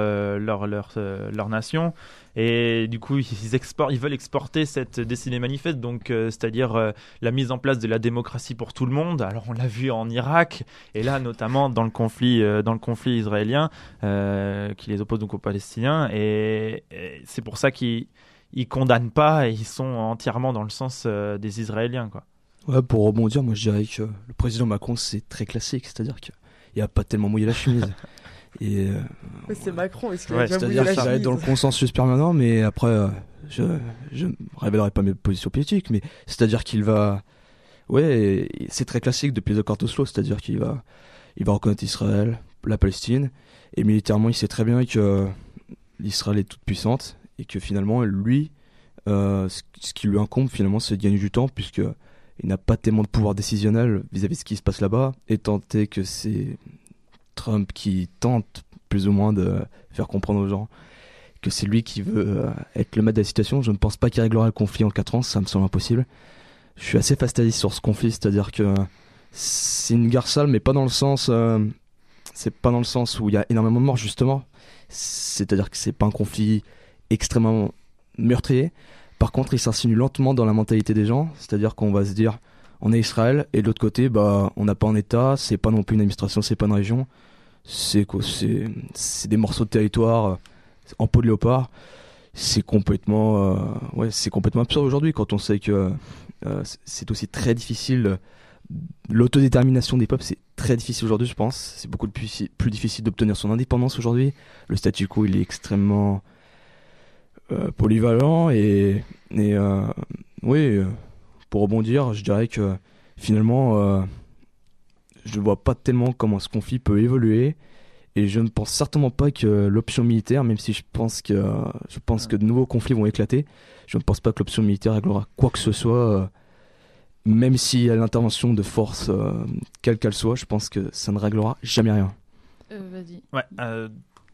nation. Et du coup, ils veulent exporter cette destinée manifeste, donc c'est-à-dire la mise en place de la démocratie pour tout le monde. Alors on l'a vu en Irak, et là notamment dans le conflit israélien qui les oppose donc aux Palestiniens. Et c'est pour ça qu'ils condamnent pas, et ils sont entièrement dans le sens des Israéliens, quoi. Ouais, pour rebondir, moi je dirais que le président Macron, c'est très classique, c'est-à-dire qu'il n'a pas tellement mouillé la chemise. Et c'est Macron, est-ce qu'il a déjà c'est-à-dire qu'il va être dans le consensus permanent, mais après je ne révélerai pas mes positions politiques, mais c'est-à-dire qu'il va, c'est très classique depuis les accords d'Oslo, c'est-à-dire qu'il va reconnaître Israël, la Palestine, et militairement il sait très bien que l'Israël est toute puissante, et que finalement lui, ce qui lui incombe finalement, c'est de gagner du temps, puisque il n'a pas tellement de pouvoir décisionnel vis-à-vis de ce qui se passe là-bas, étant donné que c'est Trump qui tente plus ou moins de faire comprendre aux gens que c'est lui qui veut être le maître de la situation. Je ne pense pas qu'il réglera le conflit en 4 ans, ça me semble impossible. Je suis assez fataliste sur ce conflit, c'est-à-dire que c'est une guerre sale, mais pas dans le sens c'est pas dans le sens où il y a énormément de morts, justement. C'est-à-dire que c'est pas un conflit extrêmement meurtrier. Par contre, il s'insinue lentement dans la mentalité des gens, c'est-à-dire qu'on va se dire on est Israël, et de l'autre côté, on n'a pas un État, c'est pas non plus une administration, c'est pas une région, c'est des morceaux de territoire en peau de léopard. C'est complètement absurde aujourd'hui, quand on sait que c'est aussi très difficile. L'autodétermination des peuples, c'est très difficile aujourd'hui, je pense. C'est beaucoup plus difficile d'obtenir son indépendance aujourd'hui. Le statu quo, il est extrêmement polyvalent, pour rebondir, je dirais que finalement, je ne vois pas tellement comment ce conflit peut évoluer, et je ne pense certainement pas que l'option militaire, même si je pense que de nouveaux conflits vont éclater, je ne pense pas que l'option militaire réglera quoi que ce soit, même s'il y a l'intervention de force, quelle qu'elle soit, je pense que ça ne réglera jamais rien. Vas-y. Ouais,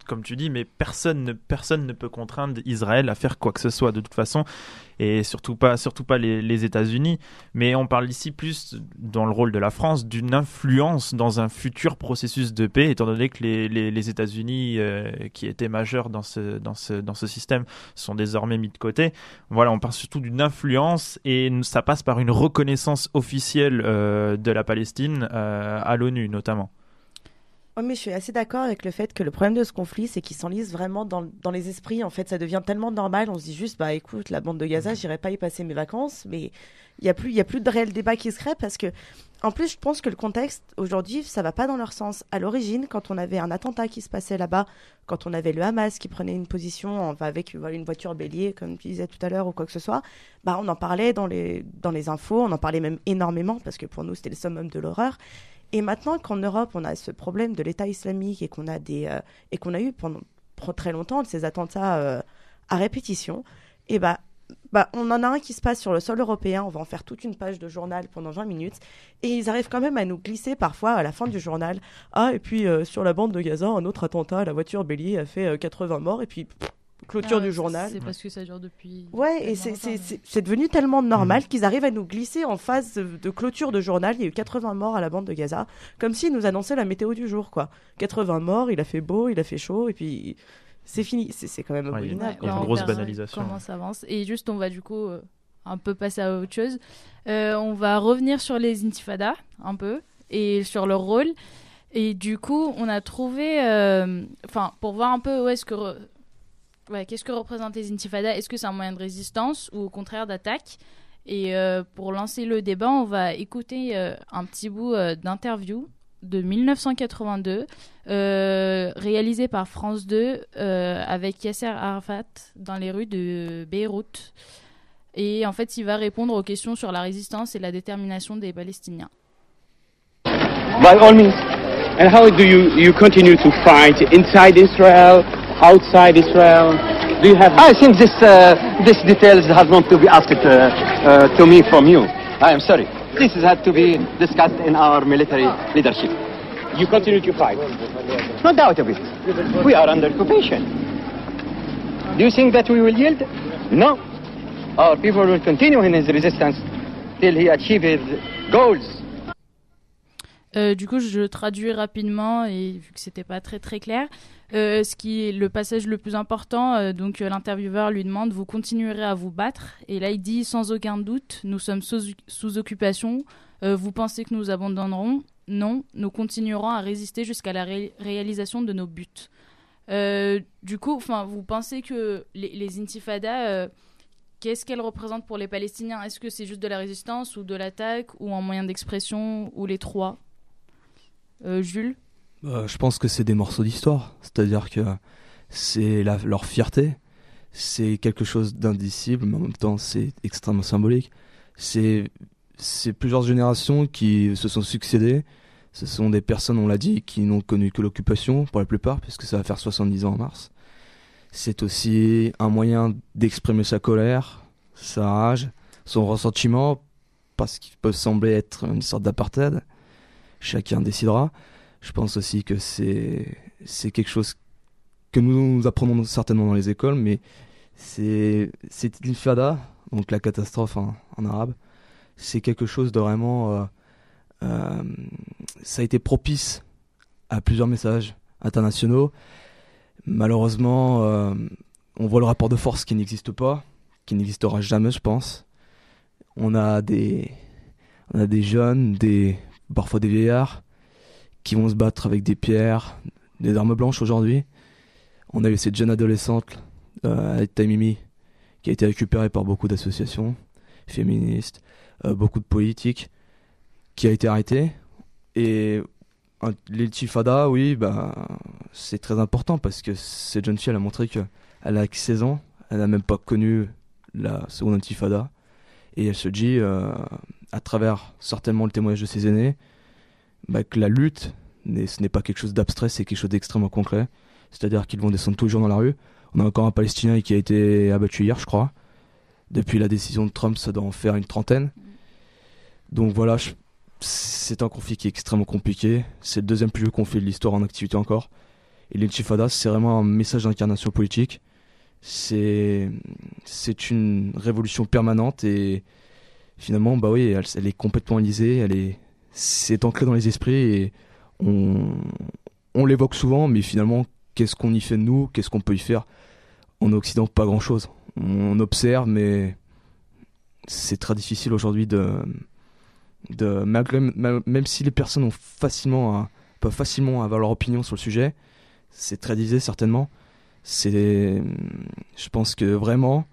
comme tu dis, mais personne ne peut contraindre Israël à faire quoi que ce soit de toute façon, et surtout pas les États-Unis. Mais on parle ici plus, dans le rôle de la France, d'une influence dans un futur processus de paix, étant donné que les États-Unis, qui étaient majeurs dans ce système, sont désormais mis de côté. Voilà, on parle surtout d'une influence, et ça passe par une reconnaissance officielle de la Palestine à l'ONU notamment. Oui, mais je suis assez d'accord avec le fait que le problème de ce conflit, c'est qu'il s'enlise vraiment dans les esprits. En fait, ça devient tellement normal. On se dit juste, bah écoute, la bande de Gaza, j'irai pas y passer mes vacances. Mais il y a plus de réel débat qui se crée parce que, en plus, je pense que le contexte aujourd'hui, ça va pas dans leur sens. À l'origine, quand on avait un attentat qui se passait là-bas, quand on avait le Hamas qui prenait une position, enfin avec une voiture bélier, comme tu disais tout à l'heure, ou quoi que ce soit, bah on en parlait dans les infos, on en parlait même énormément parce que pour nous, c'était le summum de l'horreur. Et maintenant qu'en Europe, on a ce problème de l'État islamique et qu'on a eu pendant très longtemps de ces attentats à répétition, et bah, on en a un qui se passe sur le sol européen. On va en faire toute une page de journal pendant 20 minutes. Et ils arrivent quand même à nous glisser parfois à la fin du journal. Ah, et puis sur la bande de Gaza, un autre attentat, la voiture bélier a fait 80 morts. Et puis clôture du journal. C'est parce que ça dure depuis... Ouais, et c'est devenu tellement normal qu'ils arrivent à nous glisser en phase de clôture de journal. Il y a eu 80 morts à la bande de Gaza, comme s'ils nous annonçaient la météo du jour, quoi. 80 morts, il a fait beau, il a fait chaud, et puis c'est fini. C'est quand même abominable. Il y a une grosse banalisation. Comment ça avance. Et juste, on va du coup un peu passer à autre chose. On va revenir sur les intifadas, un peu, et sur leur rôle. Et du coup, on a trouvé... pour voir un peu où est-ce que... qu'est-ce que représentent les intifadas ? Est-ce que c'est un moyen de résistance ou au contraire d'attaque ? Et pour lancer le débat, on va écouter un petit bout d'interview de 1982 réalisé par France 2 avec Yasser Arafat dans les rues de Beyrouth. Et en fait, il va répondre aux questions sur la résistance et la détermination des Palestiniens. By all means. And how do you continue to fight inside Israel? Outside Israel? Do you have? I think this details has not to be asked to me from you. I am sorry. This has to be discussed in our military leadership. You continue to fight? No doubt of it. We are under occupation. Do you think that we will yield? No. Our people will continue in his resistance till he achieves his goals. Du coup, je traduis rapidement et vu que c'était pas très très clair, ce qui est le passage le plus important. Donc l'intervieweur lui demande: vous continuerez à vous battre? Et là, il dit: sans aucun doute, nous sommes sous occupation. Vous pensez que nous abandonnerons? Non, nous continuerons à résister jusqu'à la réalisation de nos buts. Du coup, vous pensez que les intifadas, qu'est-ce qu'elles représentent pour les Palestiniens? Est-ce que c'est juste de la résistance ou de l'attaque ou un moyen d'expression ou les trois? Jules? Je pense que c'est des morceaux d'histoire, c'est-à-dire que c'est leur fierté, c'est quelque chose d'indicible, mais en même temps c'est extrêmement symbolique. C'est plusieurs générations qui se sont succédées. Ce sont des personnes, on l'a dit, qui n'ont connu que l'occupation pour la plupart, puisque ça va faire 70 ans en mars. C'est aussi un moyen d'exprimer sa colère, sa rage, son ressentiment, parce qu'ils peuvent sembler être une sorte d'apartheid. Chacun décidera. Je pense aussi que c'est quelque chose que nous apprenons certainement dans les écoles, mais c'est l'intifada, donc la catastrophe en arabe. C'est quelque chose de vraiment... ça a été propice à plusieurs messages internationaux. Malheureusement, on voit le rapport de force qui n'existe pas, qui n'existera jamais, je pense. On a des jeunes, parfois des vieillards, qui vont se battre avec des pierres, des armes blanches aujourd'hui. On a eu cette jeune adolescente, Tamimi, qui a été récupérée par beaucoup d'associations féministes, beaucoup de politiques, qui a été arrêtée. Et l'intifada, oui, c'est très important parce que cette jeune fille, elle a montré qu'elle a 16 ans, elle n'a même pas connu la seconde intifada. Et elle se dit, à travers certainement le témoignage de ses aînés, que la lutte, ce n'est pas quelque chose d'abstrait, c'est quelque chose d'extrêmement concret. C'est-à-dire qu'ils vont descendre tous les jours dans la rue. On a encore un Palestinien qui a été abattu hier, je crois. Depuis la décision de Trump, ça doit en faire une trentaine. Donc voilà, c'est un conflit qui est extrêmement compliqué. C'est le deuxième plus vieux conflit de l'histoire en activité encore. Et l'intifada, c'est vraiment un message d'incarnation politique. C'est une révolution permanente et finalement, bah oui, elle est complètement enlisée, c'est ancré dans les esprits et on l'évoque souvent, mais finalement, qu'est-ce qu'on y fait de nous? Qu'est-ce qu'on peut y faire? En Occident, pas grand-chose. On observe, mais c'est très difficile aujourd'hui même si les personnes peuvent facilement avoir leur opinion sur le sujet, c'est très divisé certainement. Je pense que vraiment,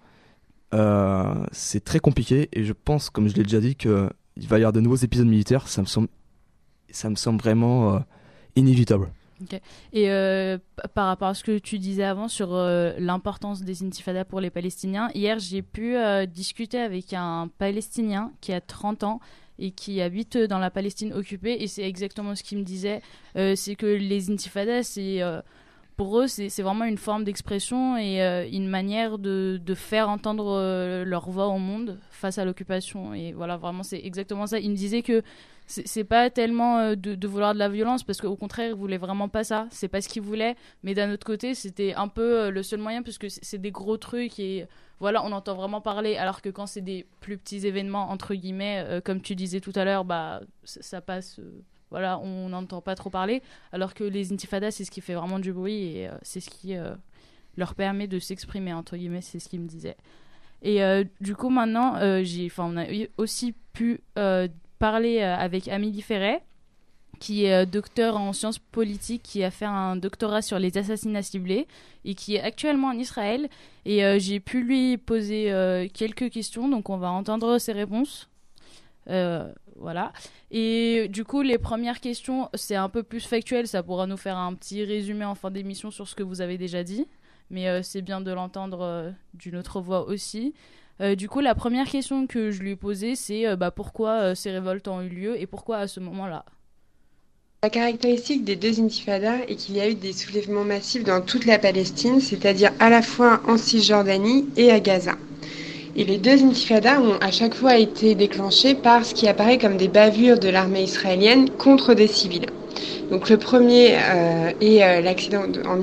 c'est très compliqué et je pense, comme je l'ai déjà dit, qu'il va y avoir de nouveaux épisodes militaires. Ça me semble vraiment inévitable. Okay. Et par rapport à ce que tu disais avant sur l'importance des intifadas pour les Palestiniens, hier j'ai pu discuter avec un Palestinien qui a 30 ans et qui habite dans la Palestine occupée, et c'est exactement ce qu'il me disait, c'est que les intifadas, pour eux, c'est vraiment une forme d'expression et une manière de faire entendre leur voix au monde face à l'occupation. Et voilà, vraiment, c'est exactement ça. Il me disait que c'est pas tellement de vouloir de la violence, parce qu'au contraire, ils voulaient vraiment pas ça. C'est pas ce qu'ils voulaient. Mais d'un autre côté, c'était un peu le seul moyen, parce que c'est des gros trucs et voilà, on entend vraiment parler. Alors que quand c'est des plus petits événements, entre guillemets, comme tu disais tout à l'heure, bah, ça passe... Voilà, on n'entend pas trop parler, alors que les intifadas, c'est ce qui fait vraiment du bruit et c'est ce qui leur permet de s'exprimer, entre guillemets, c'est ce qu'il me disait. Et du coup, maintenant, on a aussi pu parler avec Amélie Ferret, qui est docteur en sciences politiques, qui a fait un doctorat sur les assassinats ciblés et qui est actuellement en Israël. Et j'ai pu lui poser quelques questions, donc on va entendre ses réponses. Voilà. Et du coup, les premières questions, c'est un peu plus factuel. Ça pourra nous faire un petit résumé en fin d'émission sur ce que vous avez déjà dit. Mais c'est bien de l'entendre d'une autre voix aussi. Du coup, la première question que je lui ai posée, c'est pourquoi ces révoltes ont eu lieu et pourquoi à ce moment-là? La caractéristique des deux intifadas est qu'il y a eu des soulèvements massifs dans toute la Palestine, c'est-à-dire à la fois en Cisjordanie et à Gaza. Et les deux intifadas ont à chaque fois été déclenchés par ce qui apparaît comme des bavures de l'armée israélienne contre des civils. Donc le premier est l'accident en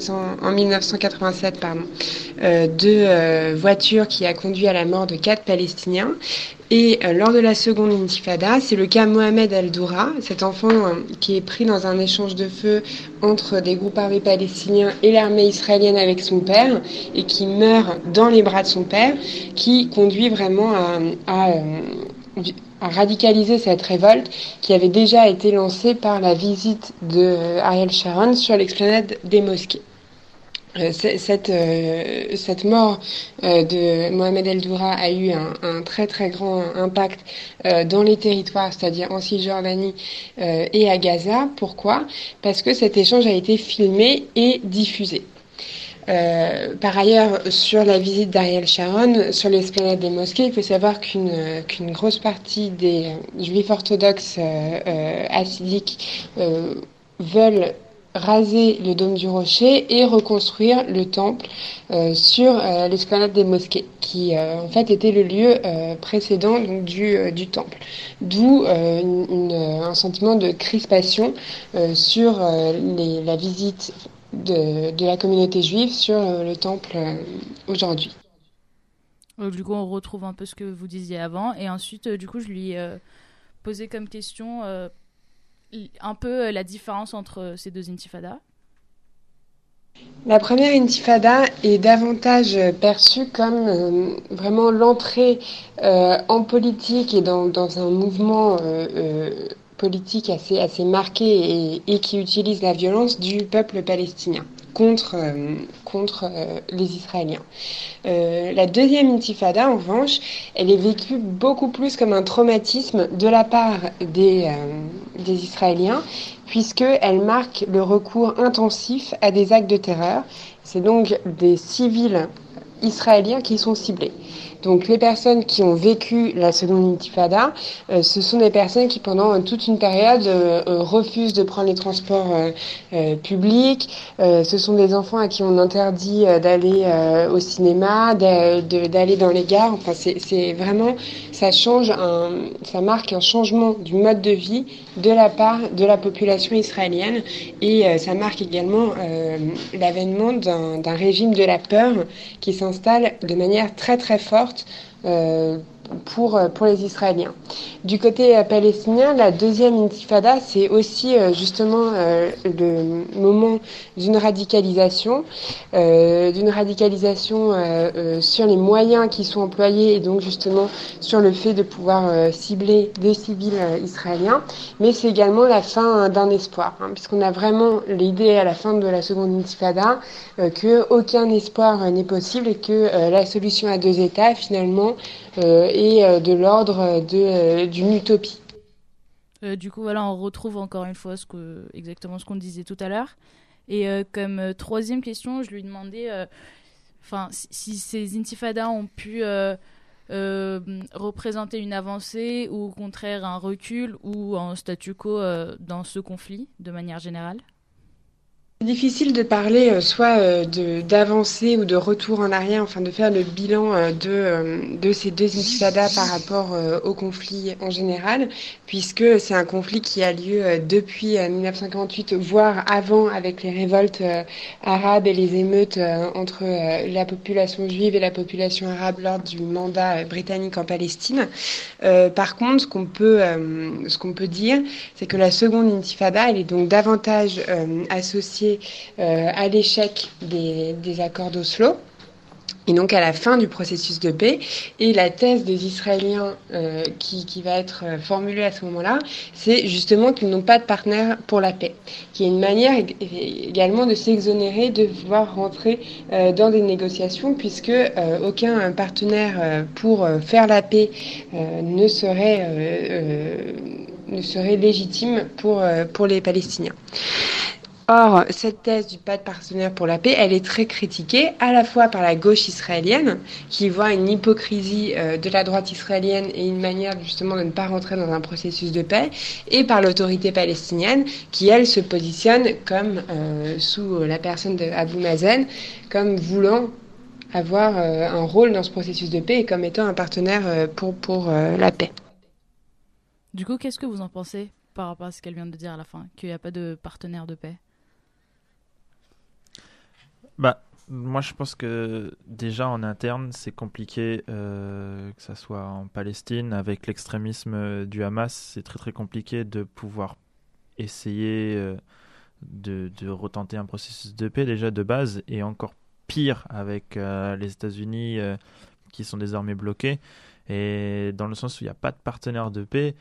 1987 de voiture qui a conduit à la mort de 4 Palestiniens. Et lors de la seconde intifada, c'est le cas Mohamed Al-Doura, cet enfant qui est pris dans un échange de feu entre des groupes armés palestiniens et l'armée israélienne avec son père, et qui meurt dans les bras de son père, qui conduit vraiment à radicaliser cette révolte qui avait déjà été lancée par la visite de Ariel Sharon sur l'explanade des mosquées. Cette mort de Mohamed El-Doura a eu un très très grand impact dans les territoires, c'est-à-dire en Cisjordanie et à Gaza. Pourquoi ? Parce que cet échange a été filmé et diffusé. Par ailleurs, sur la visite d'Ariel Sharon sur l'esplanade des mosquées, il faut savoir qu'une grosse partie des juifs orthodoxes hassidiques veulent raser le dôme du rocher et reconstruire le temple sur l'esplanade des mosquées, qui en fait était le lieu précédent donc, du temple. D'où un sentiment de crispation sur la visite de la communauté juive sur le temple aujourd'hui. Du coup, on retrouve un peu ce que vous disiez avant. Et ensuite, du coup, je lui posais comme question un peu la différence entre ces deux intifadas. La première intifada est davantage perçue comme vraiment l'entrée en politique et dans un mouvement politique assez marqué et qui utilise la violence du peuple palestinien contre les Israéliens. La deuxième intifada, en revanche, elle est vécue beaucoup plus comme un traumatisme de la part des Israéliens, puisqu'elle marque le recours intensif à des actes de terreur. C'est donc des civils israéliens qui sont ciblés. Donc les personnes qui ont vécu la seconde intifada, ce sont des personnes qui pendant toute une période refusent de prendre les transports publics. Ce sont des enfants à qui on interdit d'aller au cinéma, d'aller dans les gares. Enfin, c'est vraiment, ça marque un changement du mode de vie de la part de la population israélienne, et ça marque également l'avènement d'un régime de la peur qui s'installe de manière très très forte pour les Israéliens. Du côté palestinien, la deuxième intifada, c'est aussi justement le moment d'une radicalisation sur les moyens qui sont employés, et donc justement sur le fait de pouvoir cibler des civils israéliens, mais c'est également la fin d'un espoir, puisqu'on a vraiment l'idée à la fin de la seconde intifada que aucun espoir n'est possible, et que la solution à deux États finalement est de l'ordre d'une utopie. Du coup, voilà, on retrouve encore une fois exactement ce qu'on disait tout à l'heure. Et comme troisième question, je lui demandais si ces intifadas ont pu représenter une avancée, ou au contraire un recul ou un statu quo dans ce conflit de manière générale. C'est difficile de parler soit d'avancée ou de retour en arrière, enfin de faire le bilan de ces deux intifadas par rapport au conflit en général, puisque c'est un conflit qui a lieu depuis 1948, voire avant, avec les révoltes arabes et les émeutes entre la population juive et la population arabe lors du mandat britannique en Palestine. Par contre, ce qu'on peut dire, c'est que la seconde intifada, elle est donc davantage associée à l'échec des accords d'Oslo, et donc à la fin du processus de paix. Et la thèse des Israéliens qui va être formulée à ce moment-là, c'est justement qu'ils n'ont pas de partenaire pour la paix, qui est une manière également de s'exonérer de pouvoir rentrer dans des négociations, puisque aucun partenaire pour faire la paix ne serait légitime pour les Palestiniens. Or, cette thèse du pas de partenaire pour la paix, elle est très critiquée, à la fois par la gauche israélienne, qui voit une hypocrisie de la droite israélienne et une manière justement de ne pas rentrer dans un processus de paix, et par l'autorité palestinienne, qui elle se positionne comme, sous la personne d'Abou Mazen, comme voulant avoir un rôle dans ce processus de paix et comme étant un partenaire pour la paix. Du coup, qu'est-ce que vous en pensez par rapport à ce qu'elle vient de dire à la fin, qu'il n'y a pas de partenaire de paix ? Moi je pense que déjà en interne c'est compliqué, que ça soit en Palestine avec l'extrémisme du Hamas, c'est très très compliqué de pouvoir essayer de retenter un processus de paix déjà de base, et encore pire avec les États-Unis qui sont désormais bloqués, et dans le sens où il n'y a pas de partenaire de paix.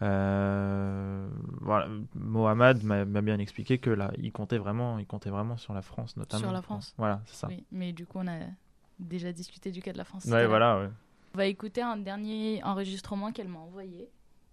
Voilà, Mohamed m'a bien expliqué que là, il comptait vraiment sur la France notamment. Sur la France. Voilà, c'est ça. Oui, mais du coup, on a déjà discuté du cas de la France. Ouais, voilà. Ouais. On va écouter un dernier enregistrement qu'elle m'a envoyé.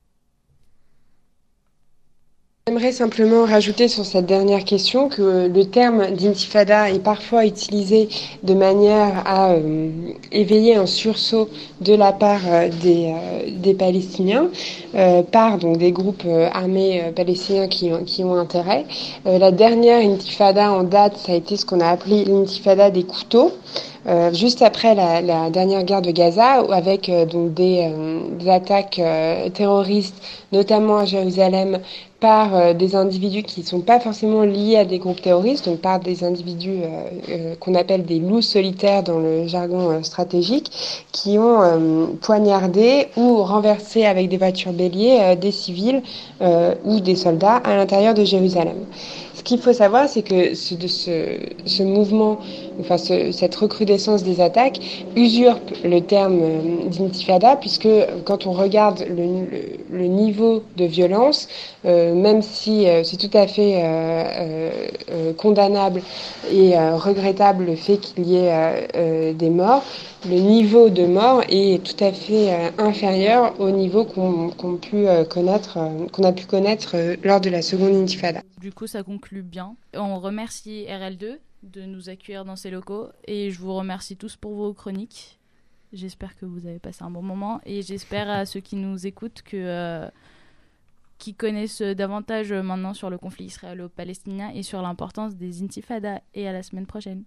J'aimerais simplement rajouter sur cette dernière question que le terme d'intifada est parfois utilisé de manière à éveiller un sursaut de la part des Palestiniens, par donc des groupes armés palestiniens qui ont intérêt. La dernière intifada en date, ça a été ce qu'on a appelé l'intifada des couteaux. Juste après la dernière guerre de Gaza, avec donc des attaques terroristes, notamment à Jérusalem, par des individus qui ne sont pas forcément liés à des groupes terroristes, donc par des individus qu'on appelle des loups solitaires dans le jargon stratégique, qui ont poignardé ou renversé avec des voitures béliers des civils ou des soldats à l'intérieur de Jérusalem. Ce qu'il faut savoir, c'est que ce mouvement, enfin cette recrudescence des attaques usurpe le terme d'intifada, puisque quand on regarde le niveau de violence, même si c'est tout à fait condamnable et regrettable le fait qu'il y ait des morts, le niveau de mort est tout à fait inférieur au niveau qu'on a pu connaître lors de la seconde intifada. Du coup, ça conclut bien. On remercie RL2 de nous accueillir dans ses locaux, et je vous remercie tous pour vos chroniques. J'espère que vous avez passé un bon moment et j'espère à ceux qui nous écoutent qui connaissent davantage maintenant sur le conflit israélo-palestinien et sur l'importance des intifadas. Et à la semaine prochaine.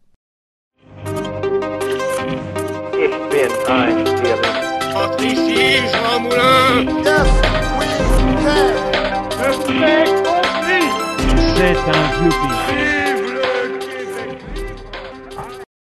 C'est un vieux pays.